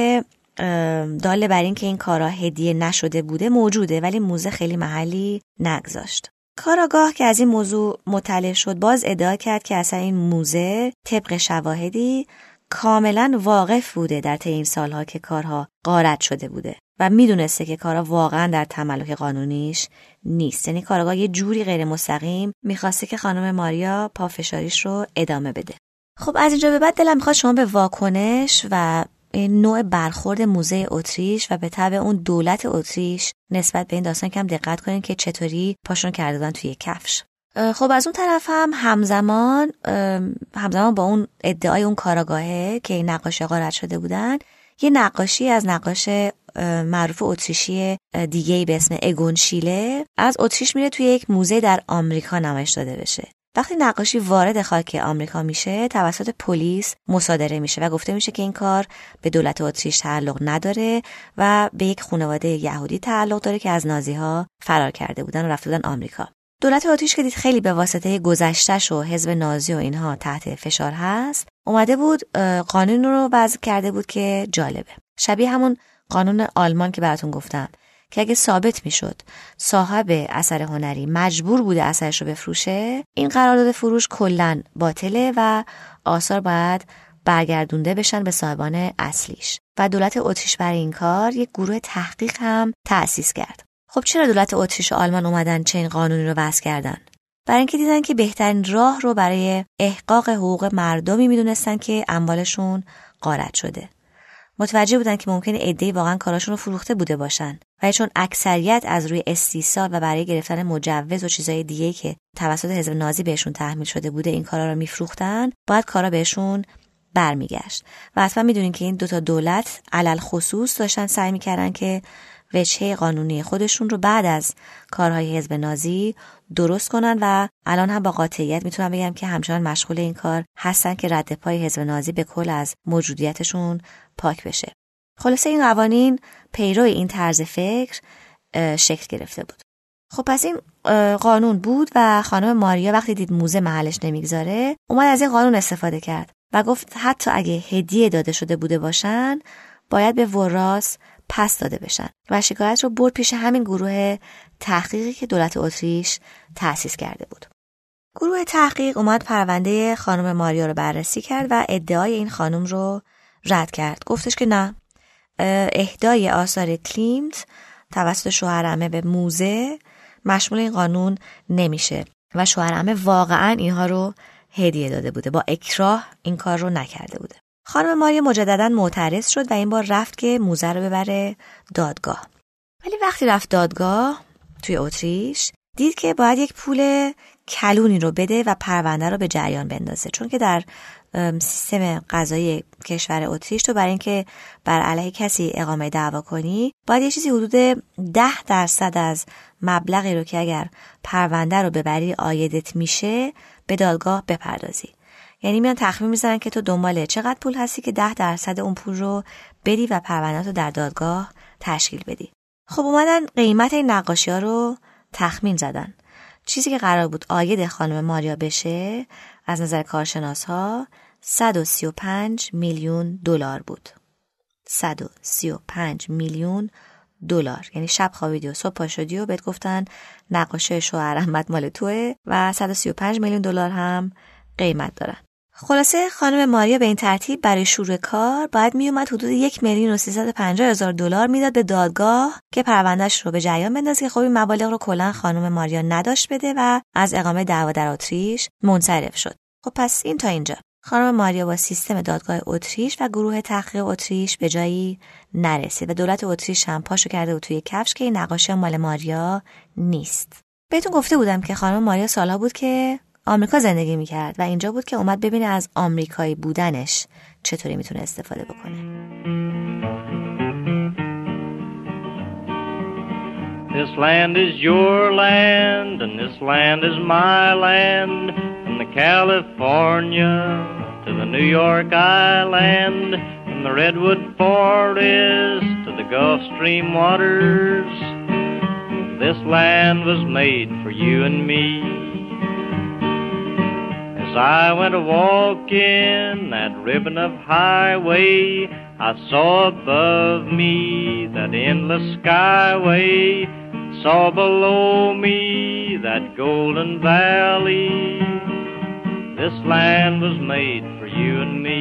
داله بر این که این کارا هدیه نشده بوده موجوده ولی موزه خیلی محلی نگذاشت. کاراگاه که از این موضوع مطلع شد باز ادعا کرد که اصلا این موزه طبق شواهدی کاملا واقف بوده در طی این سالها که کارها غارت شده بوده و میدونسته که کارها واقعا در تملک قانونیش نیست. یعنی کاراگاه یه جوری غیر مستقیم میخواسته که خانم ماریا پافشاریش رو ادامه بده. خب از اینجا به بعد دلم میخواد شما به واکنش و نوع برخورد موزه اتریش و به تبع اون دولت اتریش نسبت به این داستان کم دقت کنین که چطوری پاشون کرده بودن توی کفش. خب از اون طرف هم همزمان همزمان با اون ادعای اون کاراگاهه که این نقاشی غارت شده بودن یه نقاشی از نقاش معروف اتریشی دیگه‌ای به اسم اگون شیله از اتریش میره توی یک موزه در آمریکا نمایش داده بشه. وقتی نقاشی وارد خاک آمریکا میشه توسط پلیس مصادره میشه و گفته میشه که این کار به دولت اتریش تعلق نداره و به یک خانواده یهودی تعلق داره که از نازی‌ها فرار کرده بودن و رفته بودن آمریکا. دولت اتریش که دید خیلی به واسطه گذشته‌ش و حزب نازی و اینها تحت فشار هست اومده بود قانون رو وضع کرده بود که جالبه شبیه همون قانون آلمان که براتون گفتم که اگه ثابت میشد صاحب اثر هنری مجبور بوده اثرش رو بفروشه این قرارداد فروش کلاً باطله و آثار باید برگردونده بشن به صاحبان اصلیش و دولت اتریش برای این کار یک گروه تحقیق هم تأسیس کرد. خب چرا دولت اتریش و آلمان اومدن چنین قانونی رو وضع کردن؟ برای اینکه دیدن که بهترین راه رو برای احقاق حقوق مردمی میدونستن که اموالشون غارت شده. متوجه بودن که ممکنه عده‌ای واقعا کاراشون رو فروخته بوده باشن و چون اکثریت از روی استیصال و برای گرفتن مجوز و چیزای دیگه‌ای که توسط حزب نازی بهشون تحمیل شده بوده این کارا رو میفروختن باید کارا بهشون برمیگشت و حتما میدونین که این دوتا دولت علل خصوص داشتن سعی میکردن که وجهه قانونی خودشون رو بعد از کارهای حزب نازی درست کنن و الان هم با قاطعیت میتونم بگم که همچنان مشغول این کار هستن که رد پای حزب نازی به کل از موجودیتشون پاک بشه. خلاصه این قوانین پیرو این طرز فکر شکل گرفته بود. خب پس این قانون بود و خانم ماریا وقتی دید موزه محلش نمیگذاره اومد از این قانون استفاده کرد و گفت حتی اگه هدیه داده شده بوده باشن باید به وراث پس داده بشن و شکایت رو برد پیش همین گروه تحقیقی که دولت اتریش تأسیس کرده بود. گروه تحقیق اومد پرونده خانم ماریا رو بررسی کرد و ادعای این خانم رو رد کرد. گفتش که نه، اهدای آثار کلیمت توسط شوهرعمه به موزه مشمول این قانون نمیشه و شوهرعمه واقعا اینها رو هدیه داده بوده، با اکراه این کار رو نکرده بوده. خانم ماریا مجددا معترض شد و این بار رفت که موزه رو ببره دادگاه. ولی وقتی رفت دادگاه توی اتریش دید که باید یک پول کلونی رو بده و پرونده رو به جریان بندازه. چون که در سیستم قضایی کشور اتریش تو برای اینکه بر علیه کسی اقامه دعوا کنی باید یه چیزی حدود ده درصد از مبلغی رو که اگر پرونده رو ببری عایدت میشه به دادگاه بپردازی. یعنی میان تخمین میزنن که تو دنبال چقدر پول هستی که ده درصد اون پول رو بدی و پرونده رو در دادگاه تشکیل بدی. خب اومدن قیمت این نقاشی ها رو تخمین زدن. چیزی که قرار بود عاید خانم ماریا بشه از نظر کارشناس ها صد و سی و پنج میلیون دلار بود. صد و سی و پنج میلیون دلار. یعنی شب خوابیدی و صبح پا شدی و بهت گفتن نقاشی شوهر احمد مال توئه و صد و سی و پنج میلیون دلار هم قیمت دارن. خلاصه خانم ماریا به این ترتیب برای شروع کار باید می اومد حدود یک میلیون و سیصد و پنجاه هزار دلار میداد به دادگاه که پروندهش رو به جریان بندازه که خب این مبالغ رو کلا خانم ماریا نداشت بده و از اقامه دعوا در اتریش منصرف شد. خب پس این تا اینجا. خانم ماریا با سیستم دادگاه اتریش و گروه تحقیق اتریش به جایی نرسید و دولت اتریش هم پاشو کرده بود توی کفش که این نقاشی مال ماریا نیست. بهتون گفته بودم که خانم ماریا سالها بود که آمریکا زندگی میکرد و اینجا بود که اومد ببینه از آمریکایی بودنش چطوری میتونه استفاده بکنه. This land is your land and this land is my land, from the California to the New York Island, from the Redwood Forest to the Gulf Stream waters. This land was made for you and me. As I went a-walking that ribbon of highway, I saw above me that endless skyway, saw below me that golden valley. This land was made for you and me.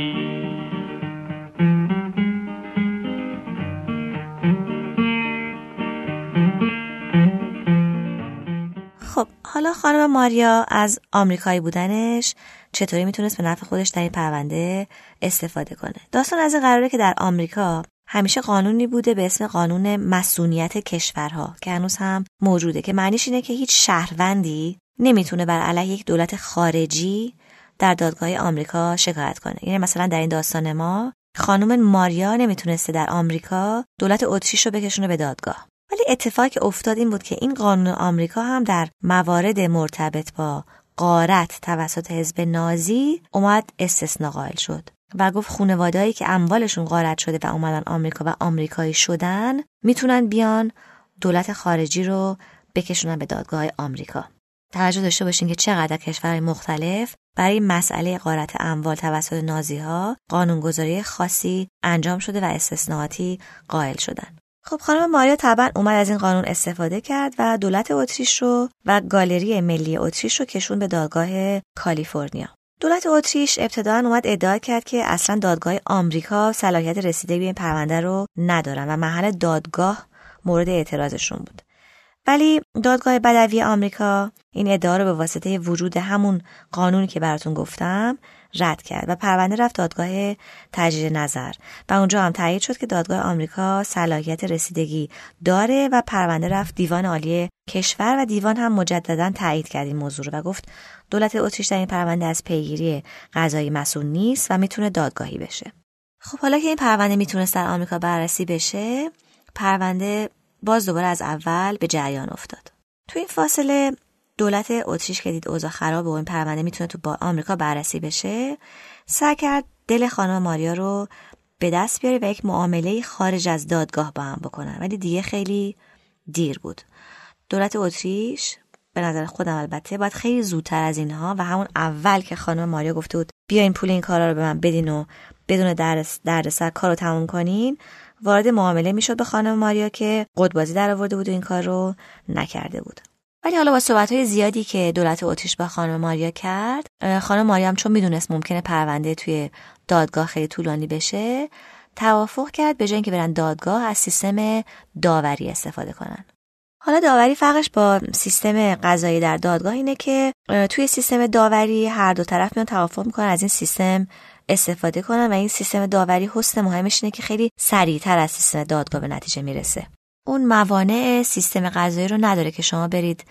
خب حالا خانم ماریا از آمریکایی بودنش چطوری میتونست به نفع خودش در این پرونده استفاده کنه؟ داستان از این قراره که در آمریکا همیشه قانونی بوده به اسم قانون مصونیت کشورها که هنوز هم موجوده، که معنیش اینه که هیچ شهروندی نمیتونه بر علیه یک دولت خارجی در دادگاه آمریکا شکایت کنه. یعنی مثلا در این داستان ما خانم ماریا نمیتونسته در آمریکا دولت اتریش رو بکشونه به دادگاه. ولی اتفاقی که افتاد این بود که این قانون آمریکا هم در موارد مرتبط با غارت توسط حزب نازی اومد استثناء قائل شد و گفت خانواده‌ای که اموالشون غارت شده و اومدن آمریکا و آمریکایی شدن میتونن بیان دولت خارجی رو بکشونن به دادگاه آمریکا. توجه داشته باشین که چقدر کشورهای مختلف برای مسئله غارت اموال توسط نازی‌ها قانونگذاری خاصی انجام شده و استثناءاتی قائل شدن. خب خانم ماریا طبعا اومد از این قانون استفاده کرد و دولت اتریش رو و گالری ملی اتریش رو کشون به دادگاه کالیفرنیا. دولت اتریش ابتداً اومد ادعا کرد که اصلا دادگاه آمریکا صلاحیت رسیدگی به این پرونده رو ندارن و محل دادگاه مورد اعتراضشون بود. ولی دادگاه بدوی آمریکا این ادعا رو به واسطه وجود همون قانونی که براتون گفتم رد کرد و پرونده رفت دادگاه تجدید نظر و اونجا هم تایید شد که دادگاه آمریکا صلاحیت رسیدگی داره و پرونده رفت دیوان عالی کشور و دیوان هم مجددا تایید کرد این موضوع رو و گفت دولت اتریش در این پرونده از پیگیری قضایی مسئول نیست و میتونه دادگاهی بشه. خب حالا که این پرونده میتونست در آمریکا بررسی بشه، پرونده باز دوباره از اول به جریان افتاد. تو این فاصله دولت اتریش که دید اوضاع خرابه و این پرونده میتونه تو با آمریکا بررسی بشه، سعی کرد دل خانم ماریا رو به دست بیاره و یک معامله خارج از دادگاه با هم بکنن، ولی دیگه خیلی دیر بود. دولت اتریش به نظر خودم البته باید خیلی زودتر از اینها و همون اول که خانم ماریا گفته بود بیاین پول این کارا رو به من بدین و بدون دردسر کارو تموم کنین، وارد معامله میشد به خانم ماریا که قدبازی در آورده بود و این کار رو نکرده بود. ولی حالا با صحبت‌های زیادی که دولت اتریش با خانم ماریا کرد، خانم ماریا هم چون میدونست ممکنه پرونده توی دادگاه خیلی طولانی بشه، توافق کرد به جای اینکه برن دادگاه از سیستم داوری استفاده کنن. حالا داوری فرقش با سیستم قضایی در دادگاه اینه که توی سیستم داوری هر دو طرف میان توافق میکنن از این سیستم استفاده کنن و این سیستم داوری حسن مهمش اینه که خیلی سریعتر از سیستم دادگاه به نتیجه میرسه. اون موانع سیستم قضایی رو نداره که شما برید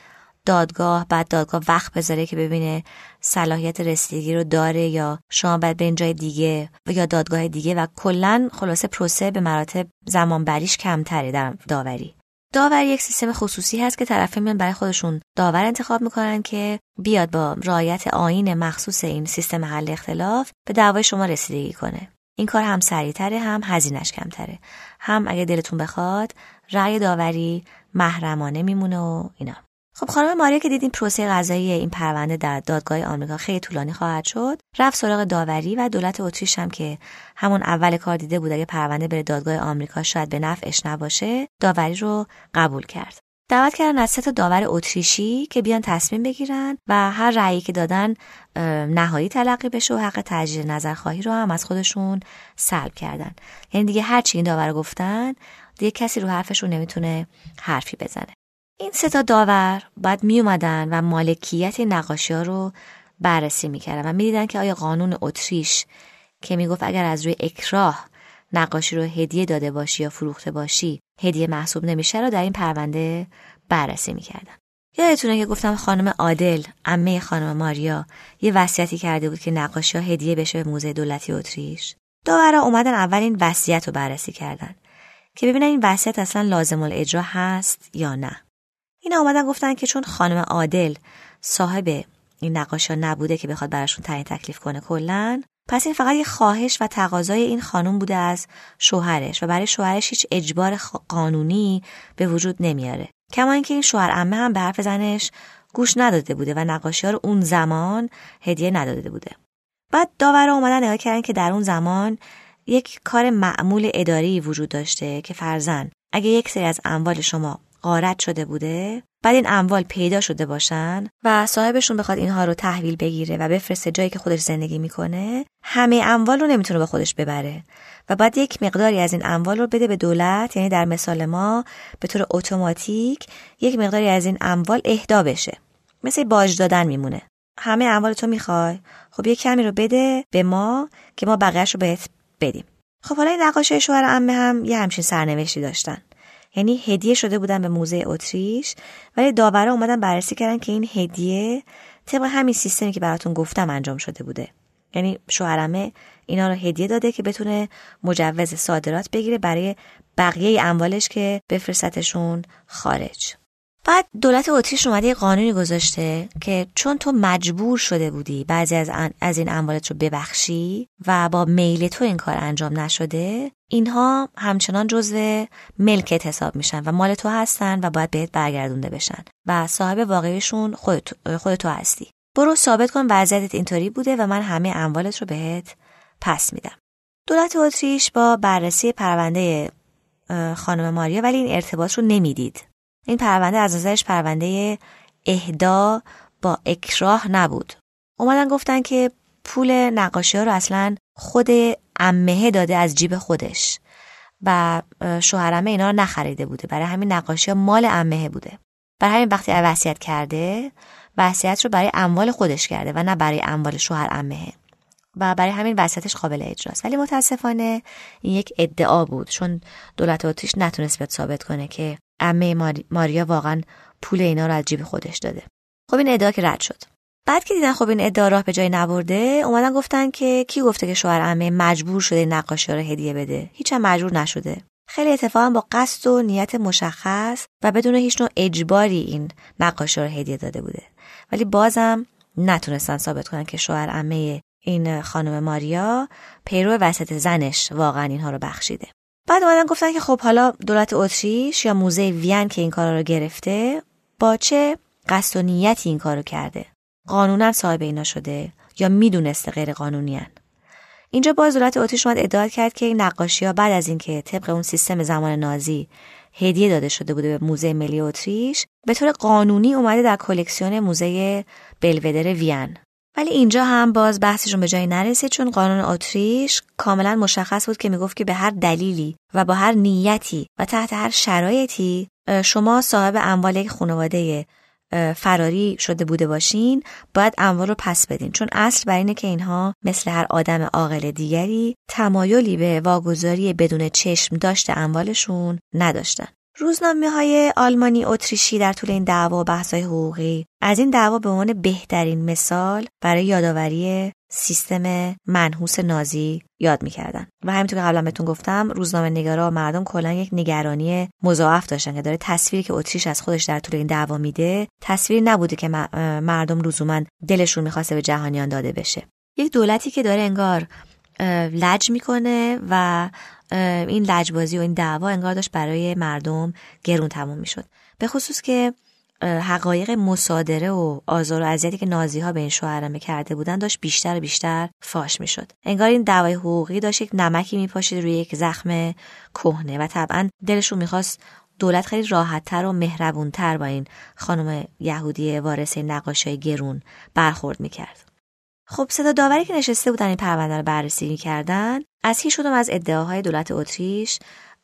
دادگاه، بعد دادگاه وقت بذاره که ببینه صلاحیت رسیدگی رو داره یا شما باید برین جای دیگه و یا دادگاه دیگه و کلاً خلاصه پروسه به مراتب زمان بریش کمتره در داوری. داوری یک سیستم خصوصی هست که طرفین میان برای خودشون داور انتخاب میکنن که بیاد با رعایت آیین مخصوص این سیستم حل اختلاف به دعوای شما رسیدگی کنه. این کار هم سریع‌تره، هم هزینه‌اش کمتره، هم اگه دلتون بخواد رأی داوری محرمانه میمونه و اینا. خب خانم ماریا که دیدین پروسه قضایی این پرونده در دادگاه آمریکا خیلی طولانی خواهد شد، رفت سراغ داوری و دولت اتریش هم که همون اول کار دیده بود اگه پرونده بره دادگاه آمریکا شاید به نفعش نباشه، داوری رو قبول کرد. دعوت کردن از سه تا داور اتریشی که بیان تصمیم بگیرن و هر رأیی که دادن نهایی تلقی بشه و حق تجدید نظرخواهی رو هم از خودشون سلب کردن. یعنی دیگه هر چی این داور گفتن دیگه کسی رو حرفشون نمیتونه حرفی بزنه. این سه تا داور بعد می اومدن و مالکیت نقاشی‌ها رو بررسی میکردن و میدیدن که آیا قانون اتریش که میگفت اگر از روی اکراه نقاشی رو هدیه داده باشی یا فروخته باشی هدیه محسوب نمیشه رو در این پرونده بررسی میکردن. یادتونه که گفتم خانم عادل عمه خانم ماریا یه وصیتی کرده بود که نقاشی‌ها هدیه بشه به موزه دولتی اتریش. داورا اومدن اول این وصیت رو بررسی کردن که ببینن این وصیت اصلا لازم الاجرا هست یا نه. اینا اومدن گفتن که چون خانم عادل صاحب این نقاشی‌ها نبوده که بخواد براشون تعیین تکلیف کنه کلاً، پس این فقط یه خواهش و تقاضای این خانم بوده از شوهرش و برای شوهرش هیچ اجبار قانونی به وجود نمیاره. کما اینکه این شوهر عمه هم به حرف زنش گوش نداده بوده و نقاشی‌ها رو اون زمان هدیه نداده بوده. بعد داورا اومدن نگاه کردن که در اون زمان یک کار معمول اداری وجود داشته که فرضاً اگه یک سری از اموال شما غارت شده بوده، بعد این اموال پیدا شده باشن و صاحبشون بخواد اینها رو تحویل بگیره و بفرسته جایی که خودش زندگی میکنه، همه اموال رو نمیتونه به خودش ببره و بعد یک مقداری از این اموال رو بده به دولت. یعنی در مثال ما به طور اتوماتیک یک مقداری از این اموال اهدا بشه، مثل باج دادن میمونه. همه اموال تو میخوای، خب یک کمی رو بده به ما که ما بقیه‌اش رو بهت بدیم. خب حالا این نقاشی شوهر عمه هم یه همچین سرنوشتی داشتن، یعنی هدیه شده بودن به موزه اتریش، ولی داورا اومدن بررسی کردن که این هدیه طبق همین سیستمی که براتون گفتم انجام شده بوده. یعنی شوهرمه اینا رو هدیه داده که بتونه مجوز صادرات بگیره برای بقیه اموالش که بفرستشون خارج. بعد دولت اتریش اومده یه قانونی گذاشته که چون تو مجبور شده بودی بعضی از از این اموالت رو ببخشی و با میل تو این کار انجام نشده، اینها همچنان جزو ملکت حساب میشن و مال تو هستن و باید بهت برگردونده بشن و صاحب واقعیشون خودت خود تو هستی. برو ثابت کن وضعیتت اینطوری بوده و من همه اموالت رو بهت پس میدم. دولت اتریش با بررسی پرونده خانم ماریا ولی این ارتباط رو نمیدید. این پرونده از نظرش پرونده اهدا با اکراه نبود. اومدن گفتن که پول نقاشی ها رو اصلا خود عمه داده از جیب خودش و شوهرمه اینا رو نخریده بوده، برای همین نقاشی ها مال عمه بوده. برای همین وقتی وصیت کرده وصیت رو برای اموال خودش کرده و نه برای اموال شوهر عمه و برای همین وصیتش قابل اجراست. ولی متاسفانه این یک ادعا بود، چون دولت اتریش نتونست بیاد ثابت کنه که عمه ماریا واقعا پول اینا رو از جیب خودش داده. خب این ادعا که رد شد. بعد که دیدن خب این ادعا راه به جای نبرده، اومدن گفتن که کی گفته که شوهر عمه مجبور شده نقاشی رو هدیه بده؟ هیچ هم مجبور نشده. خیلی اتفاقا با قصد و نیت مشخص و بدون هیچ نوع اجباری این نقاشی رو هدیه داده بوده. ولی بازم نتونستن ثابت کنن که شوهر عمه این خانم ماریا پیرو وصیت زنش واقعا اینها رو بخشیده. بعد اومدن گفتن که خب حالا دولت اتریش یا موزه وین که این کارا رو گرفته با چه قصد و نیتی این کارو کرده؟ قانونا صاحب اینا شده یا میدونسته غیر قانونیان؟ اینجا باز دولت اتریش اومد ادعا کرد که این نقاشی‌ها بعد از اینکه طبق اون سیستم زمان نازی هدیه داده شده بوده به موزه ملی اتریش، به طور قانونی اومده در کلکسیون موزه بلودر وین. ولی اینجا هم باز بحثشون به جایی نرسید، چون قانون اتریش کاملا مشخص بود که میگفت که به هر دلیلی و با هر نیتی و تحت هر شرایطی شما صاحب اموال یک خانواده فراری شده بوده باشین باید اموال رو پس بدین، چون اصل بر اینه که اینها مثل هر آدم عاقل دیگری تمایلی به واگذاری بدون چشم داشت اموالشون نداشتن. روزنامه‌های آلمانی اتریشی در طول این دعوا و بحث‌های حقوقی از این دعوا به عنوان بهترین مثال برای یادآوری سیستم منحوس نازی یاد می‌کردن. و همینطور که قبلا بهتون گفتم، روزنامه‌نگارا و مردم کلاً یک نگرانی مضاعف داشتن که داره تصویری که اتریش از خودش در طول این دعوا میده، تصویری نبوده که مردم لزوماً دلشون می‌خواسته به جهانیان داده بشه. یک دولتی که داره انگار لج میکنه و این لجبازی و این دعوا انگار داشت برای مردم گرون تموم میشد. به خصوص که حقایق مصادره و آزار و اذیتی که نازی‌ها به این شوهرمه کرده بودن داشت بیشتر و بیشتر فاش میشد. انگار این دعوای حقوقی داشت یک نمکی میپاشید روی یک زخم کهنه و طبعا دلشون میخواست دولت خیلی راحت‌تر و مهربون‌تر با این خانم یهودی وارثه نقاشی گرون برخورد میکرد. خب صدا داوری که نشسته بودن این پرونده رو بررسی می‌کردن، از هیچ کدوم از ادعاهای دولت اتریش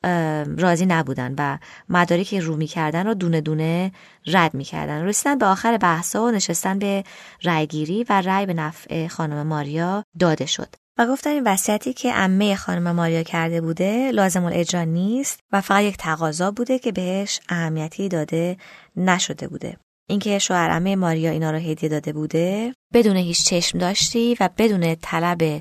راضی نبودن و مدارکی که رو می‌کردن رو دونه دونه رد می‌کردن. رسیدن به آخر بحث‌ها و نشستن به رأی‌گیری و رأی به نفع خانم ماریا داده شد. و گفتن این وصیتی که عمه خانم ماریا کرده بوده لازم الاجرا نیست و فقط یک تقاضا بوده که بهش اهمیتی داده نشده بوده. اینکه شوهر عمه ماریا اینا رو هدیه داده بوده بدون هیچ چشم داشتی و بدون طلب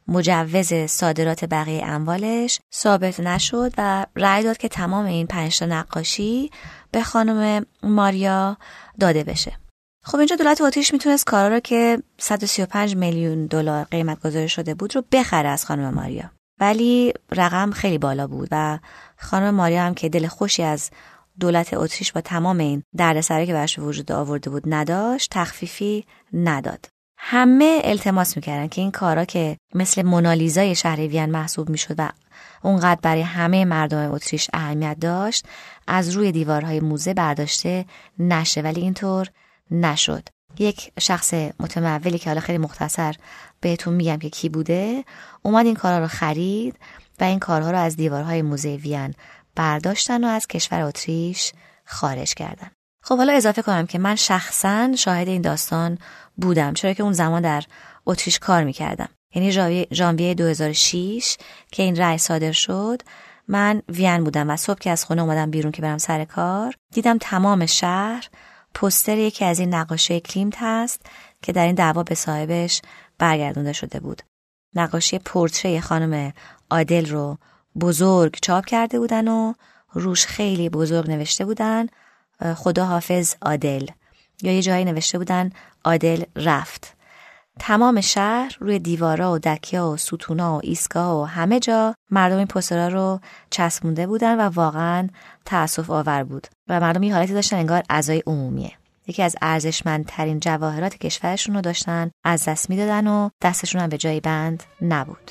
مجوز صادرات بقیه اموالش ثابت نشد و رأی داد که تمام این پنج تا نقاشی به خانم ماریا داده بشه. خب اینجا دولت اتریش میتونست کارا رو که صد و سی و پنج میلیون دلار قیمت گذاری شده بود رو بخره از خانم ماریا، ولی رقم خیلی بالا بود و خانم ماریا هم که دل خوشی از دولت اتریش با تمام این دردسرایی که براش وجود آورده بود نداشت، تخفیفی نداد. همه التماس میکردن که این کارا که مثل مونالیزای شهر وین محسوب میشد و اونقدر برای همه مردم اتریش اهمیت داشت از روی دیوارهای موزه برداشته نشه، ولی اینطور نشد. یک شخص متمولی که حالا خیلی مختصر بهتون میگم که کی بوده، اومد این کارا رو خرید و این کارها رو از دیوارهای موزه وین برداشتن و از کشور اتریش خارج کردن. خب حالا اضافه کنم که من شخصا شاهد این داستان بودم، چرا که اون زمان در اتریش کار میکردم. یعنی ژانویه دو هزار و شش که این رأی صادر شد، من وین بودم و صبح که از خونه اومدم بیرون که برم سر کار، دیدم تمام شهر پوستر یکی از این نقاشی کلیمت هست که در این دعوا به صاحبش برگردونده شده بود. نقاشی پورتری خانم آدل رو بزرگ چاپ کرده بودن و روش خیلی بزرگ نوشته بودن خدا حافظ آدل، یا یه جایی نوشته بودن آدل رفت. تمام شهر روی دیوارا و دکیا و ستونا و ایستگاه و همه جا مردم این پوسترها رو چسبونده بودن و واقعا تأسف آور بود و مردم یه حالتی داشتن انگار اعضای عمومیه. یکی از ارزشمندترین جواهرات کشورشون رو داشتن از دست میدادن و دستشون هم به جای بند نبود.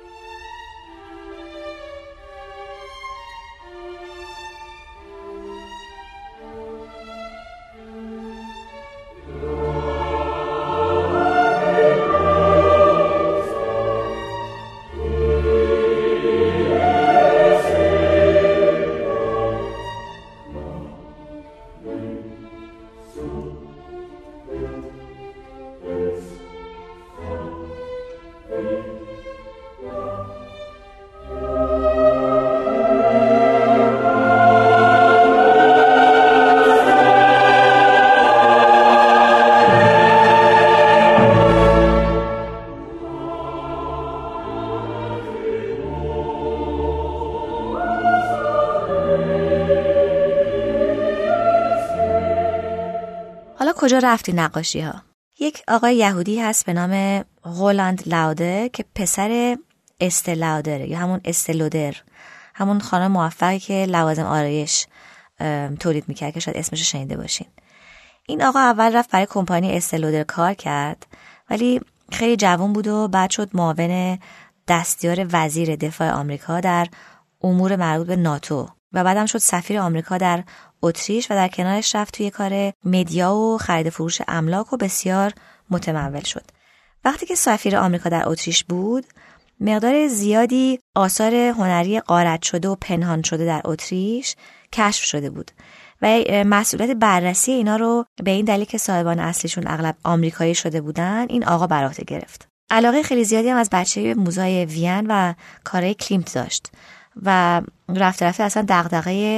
کجا رفتی نقاشی ها؟ یک آقای یهودی هست به نام رولند لاوده که پسر استل لاودره یا همون استلودر، همون خانم موفقی که لوازم آرایش تولید میکرد که شاید اسمش شنیده باشین. این آقا اول رفت برای کمپانی استلودر کار کرد ولی خیلی جوان بود و بعد شد معاون دستیار وزیر دفاع آمریکا در امور مربوط به ناتو و بعدم شد سفیر آمریکا در اتریش و در کنارش رفت توی کار مدیا و خرید فروش املاک و بسیار متمول شد. وقتی که سفیر آمریکا در اتریش بود، مقدار زیادی آثار هنری غارت شده و پنهان شده در اتریش کشف شده بود و مسئولیت بررسی اینا رو به این دلیل که صاحبان اصلیشون اغلب آمریکایی شده بودن این آقا بر عهده گرفت. علاقه خیلی زیادی هم از بچگی به موزای وین و کارهای کلیمت داشت و رفته رفته اصلا دغدغه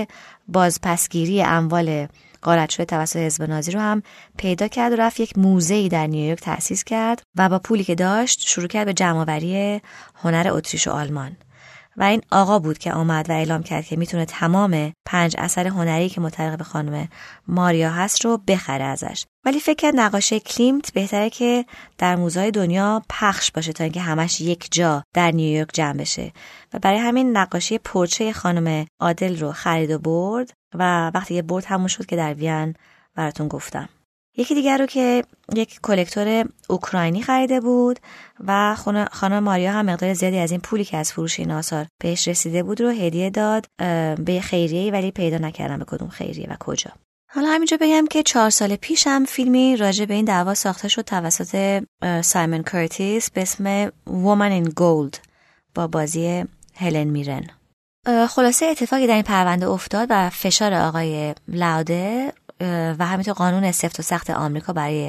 بازپسگیری اموال غارت شده توسط حزب نازی رو هم پیدا کرد و رفت یک موزه‌ای در نیویورک تأسیس کرد و با پولی که داشت شروع کرد به جمع‌آوری هنر اتریش و آلمان. و این آقا بود که آمد و اعلام کرد که میتونه تمام پنج اثر هنری که متعلق به خانم ماریا هست رو بخره ازش. ولی فکر کرد نقاشی کلیمت بهتره که در موزه‌های دنیا پخش باشه تا اینکه همش یک جا در نیویورک جمع بشه و برای همین نقاشی پورچه خانم عادل رو خرید و برد و وقتی یه برد همون شد که در وین براتون گفتم. یکی دیگر رو که یک کلکتور اوکراینی خریده بود و خانم ماریا هم مقدار زیادی از این پولی که از فروش این آثار بهش رسیده بود رو هدیه داد به خیریه‌ای، ولی پیدا نکردم به کدوم خیریه و کجا. حالا همینجا بگم که چهار سال پیش هم فیلمی راجع به این دعوا ساخته شد توسط سایمون کرتیس به اسم Woman in Gold با بازی هلن میرن. خلاصه اتفاقی در این پرونده افتاد و فشار آقای لاودر و همینطور قانون سفت و سخت آمریکا برای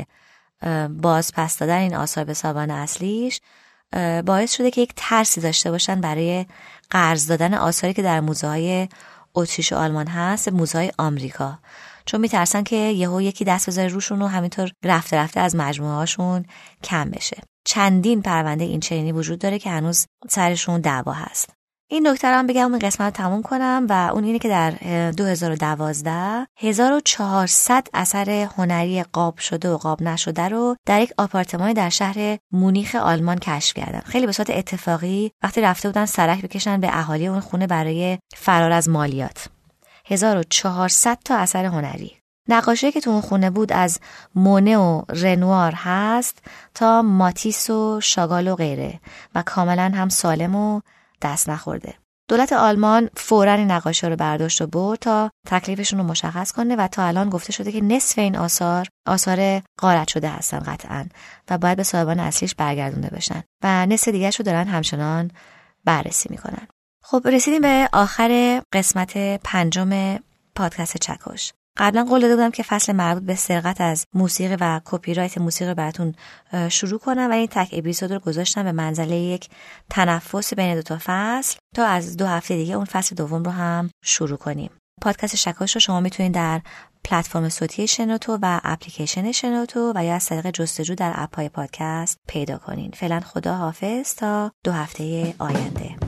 باز پس دادن این آثار به صاحبان اصلیش باعث شده که یک ترسی داشته باشن برای قرض دادن آثاری که در موزه‌های اتریش و آلمان هست به موزه‌های آمریکا، چون میترسن که یهو یکی دست بذاره روشون و همینطور رفته رفته از مجموعه هاشون کم بشه. چندین پرونده این چنینی وجود داره که هنوز سرشون دعوا هست. این نکته رو هم بگم اون قسمت رو تموم کنم و اون اینه که در دو هزار و دوازده هزار و چهارصد اثر هنری قاب شده و قاب نشده رو در یک آپارتمانی در شهر مونیخ آلمان کشف کردن. خیلی به صورت اتفاقی وقتی رفته بودن سرک بکشن به اهالی اون خونه برای فرار از مالیات. هزار و چهارصد تا اثر هنری. نقاشی که تو اون خونه بود از مونه و رنوار هست تا ماتیس و شاگال و غیره و کاملا هم سالم و دست نخورده. دولت آلمان فوراً این نقاشی رو برداشت و برد تا تکلیفشون رو مشخص کنه و تا الان گفته شده که نصف این آثار آثار غارت شده هستن قطعاً و باید به صاحبان اصلیش برگردونده بشن و نصف دیگه‌شو دارن همچنان بررسی میکنن. خب رسیدیم به آخر قسمت پنجم پادکست چکش. قبلا قول داده بودم که فصل مربوط به سرقت از موسیقی و کپی رایت موسیقی براتون شروع کنم و این تک اپیزود رو گذاشتم به منزله یک تنفس بین دو تا فصل تا از دو هفته دیگه اون فصل دوم رو هم شروع کنیم. پادکست شکاش رو شما میتونید در پلتفرم صوتی شنوتو و اپلیکیشن شنوتو و یا از طریق جستجو در اپ‌های پادکست پیدا کنین. فعلا خدا حافظ تا دو هفته آینده.